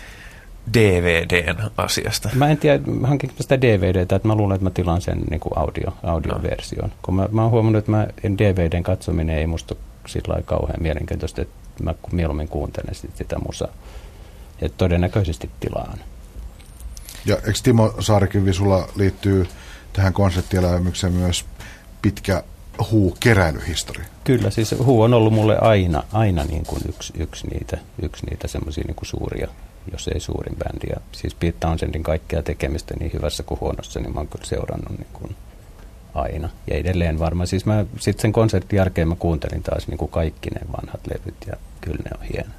D V D:n asiasta? Mä en tiedä, hankinko sitä D V D:tä, että mä luulen, että mä tilaan sen niinku audio, audioversion. No. Kun mä, mä oon huomannut, että mä, D V D:n katsominen ei musta sillä lailla kauhean mielenkiintoista, että mä mieluummin kuuntelen sit sitä musaa. Ja todennäköisesti tilaan. Ja eikö Timo Saarikivi, sulla liittyy tähän konseptielämykseen myös pitkä Who-keräilyhistoria? Kyllä, siis Who on ollut mulle aina, aina niin kuin yksi, yksi niitä, yksi niitä semmoisia niin kuin suuria, jos ei suurin bändi. Ja siis Pete Townshendin kaikkea tekemistä niin hyvässä kuin huonossa, niin mä oon kyllä seurannut niin kuin aina. Ja edelleen varmaan. Siis mä sitten sen konsertin jälkeen mä kuuntelin taas niin kuin kaikki ne vanhat levyt ja kyllä ne on hienoja.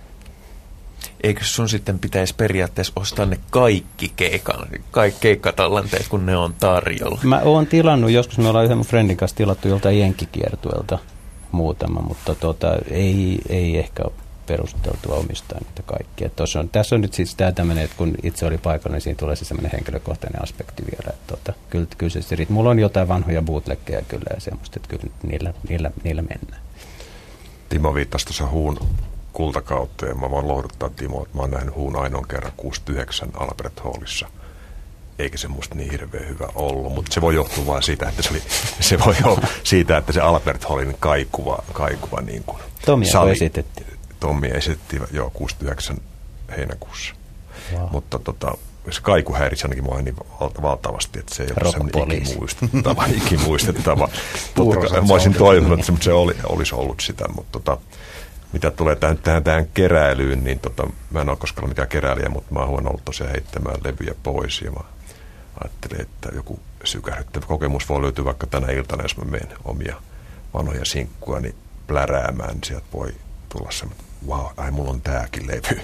Eikö sun sitten pitäisi periaatteessa ostaa ne kaikki keikan, kaikki keikkatallenteet, kun ne on tarjolla? Mä oon tilannut, joskus me ollaan yhden mun friendin kanssa tilattu joltain jenkkikiertueelta muutama, mutta tota, ei, ei ehkä ole perusteltua omistaa niitä kaikkia. On, tässä on nyt siis tämä tämmöinen, että kun itse oli paikalla, niin siinä tulee se semmoinen henkilökohtainen aspekti vielä. Että tota, kyllä, kyllä se riittää. Mulla on jotain vanhoja bootleggejä kyllä ja semmoista, että kyllä niillä, niillä, niillä mennään. Timo viittasi tuossa Huun kultakautta ja mä voin lohduttaa Timo, että mä oon nähnyt Huun ainoan kerran kuusikymmentäyhdeksän Albert Hallissa. Eikä se musta niin hirveän hyvä ollut, mutta se voi johtua vain siitä, että se oli, se voi olla siitä, että se Albert Hallin kaikuva, kaikuva niin kuin Tomia esitettiin. Tommi esitettiin jo kuusikymmentäyhdeksän heinäkuussa. Wow. Mutta tota, se kaiku häirisi ainakin mua niin valtavasti, että se ei ole semmoinen ikimuistettava. ikimuistettava. Totta, mä olisin toivonut, että se oli, olisi ollut sitä, mutta tota, mitä tulee tähän, tähän, tähän keräilyyn, niin tota, mä en ole koskaan ollut mikään keräilijä, mutta mä oon ollut tosiaan heittämään levyjä pois ja mä ajattelin, että joku sykähdyttävä kokemus voi löytyä vaikka tänä iltana, jos mä menen omia vanhoja sinkkuja niin pläräämään, niin sieltä voi tulla semmoinen, wow, ai mulla on tääkin levy.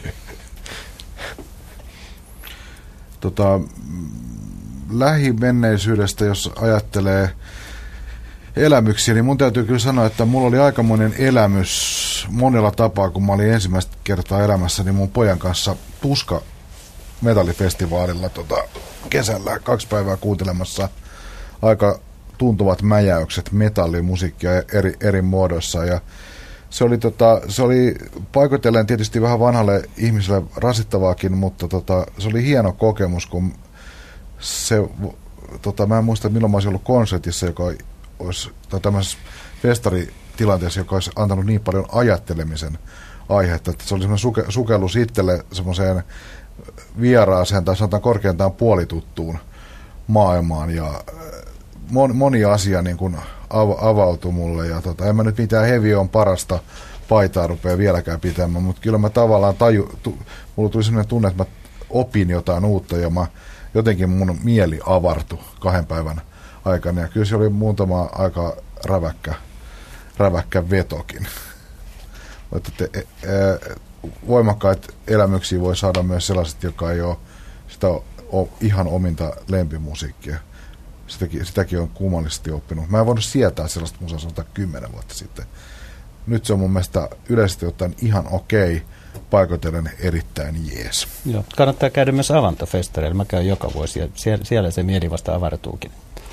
Tota, lähimenneisyydestä, jos ajattelee elämyksiä, niin mun täytyy kyllä sanoa, että mulla oli aikamoinen elämys monella tapaa, kun mä olin ensimmäistä kertaa elämässäni mun pojan kanssa Tuska metallifestivaalilla tota, kesällä kaksi päivää kuuntelemassa aika tuntuvat mäjäykset metallimusiikkia eri, eri muodoissa ja se oli, tota, se oli paikoitellen tietysti vähän vanhalle ihmiselle rasittavaakin, mutta tota, se oli hieno kokemus, kun se, tota, mä en muista milloin mä olisin ollut konsertissa, joka olisi, tai tämmöisessä festaritilanteessa, joka olisi antanut niin paljon ajattelemisen aihetta, että se oli semmoinen suke, sukellus itselle semmoiseen vieraaseen tai sanotaan korkeintaan puolituttuun maailmaan ja mon, moni asia niin kuin av, avautui mulle ja tota, en mä nyt mitään heavy on parasta paitaa rupea vieläkään pitämään, mutta kyllä mä tavallaan taju, tu, mulla tuli semmoinen tunne, että mä opin jotain uutta ja mä, jotenkin mun mieli avartui kahden päivän aikana ja kyllä se oli muutama aika räväkkä, räväkkä vetokin. Mutta te, e, e, voimakkaita elämyksiä voi saada myös sellaiset, joka ei ole sitä ole ihan ominta lempimusiikkia. Sitäkin, sitäkin on kummallisesti oppinut. Mä en voinut sietää sellaista musaa sanotaan kymmenen vuotta sitten. Nyt se on mun mielestä yleisesti ottaen ihan okei, paikoitellen erittäin jees. Joo, kannattaa käydä myös Avanto-festareilla. Mä käyn joka vuosi ja siellä, siellä se mieli vasta avartuukin.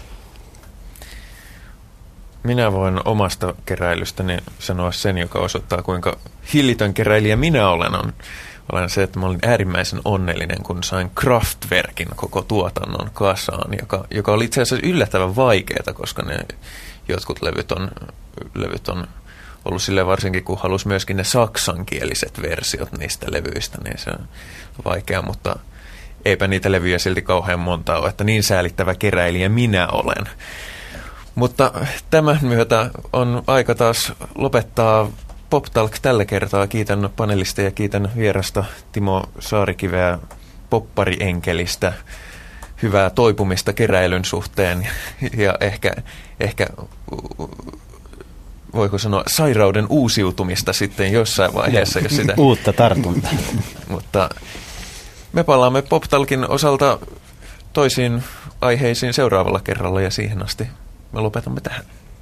Minä voin omasta keräilystäni sanoa sen, joka osoittaa, kuinka hillitön keräilijä minä olen. On, olen se, että mä olin äärimmäisen onnellinen, kun sain Kraftwerkin koko tuotannon kasaan, joka, joka oli itse asiassa yllättävän vaikeaa, koska ne jotkut levyt on, levyt on ollut silleen varsinkin, kun halusi myöskin ne saksankieliset versiot niistä levyistä, niin se on vaikea, mutta eipä niitä levyjä silti kauhean monta ole, että niin säälittävä keräilijä minä olen. Mutta tämän myötä on aika taas lopettaa Pop Talk tällä kertaa. Kiitän panelisteja ja kiitän vierasta Timo Saarikiveä popparienkelistä. Hyvää toipumista keräilyn suhteen ja ehkä, ehkä voiko sanoa sairauden uusiutumista sitten jossain vaiheessa. Jos sitä... Uutta tartuntaa. Mutta Me palaamme PopTalkin osalta toisiin aiheisiin seuraavalla kerralla ja siihen asti me lopetamme tähän.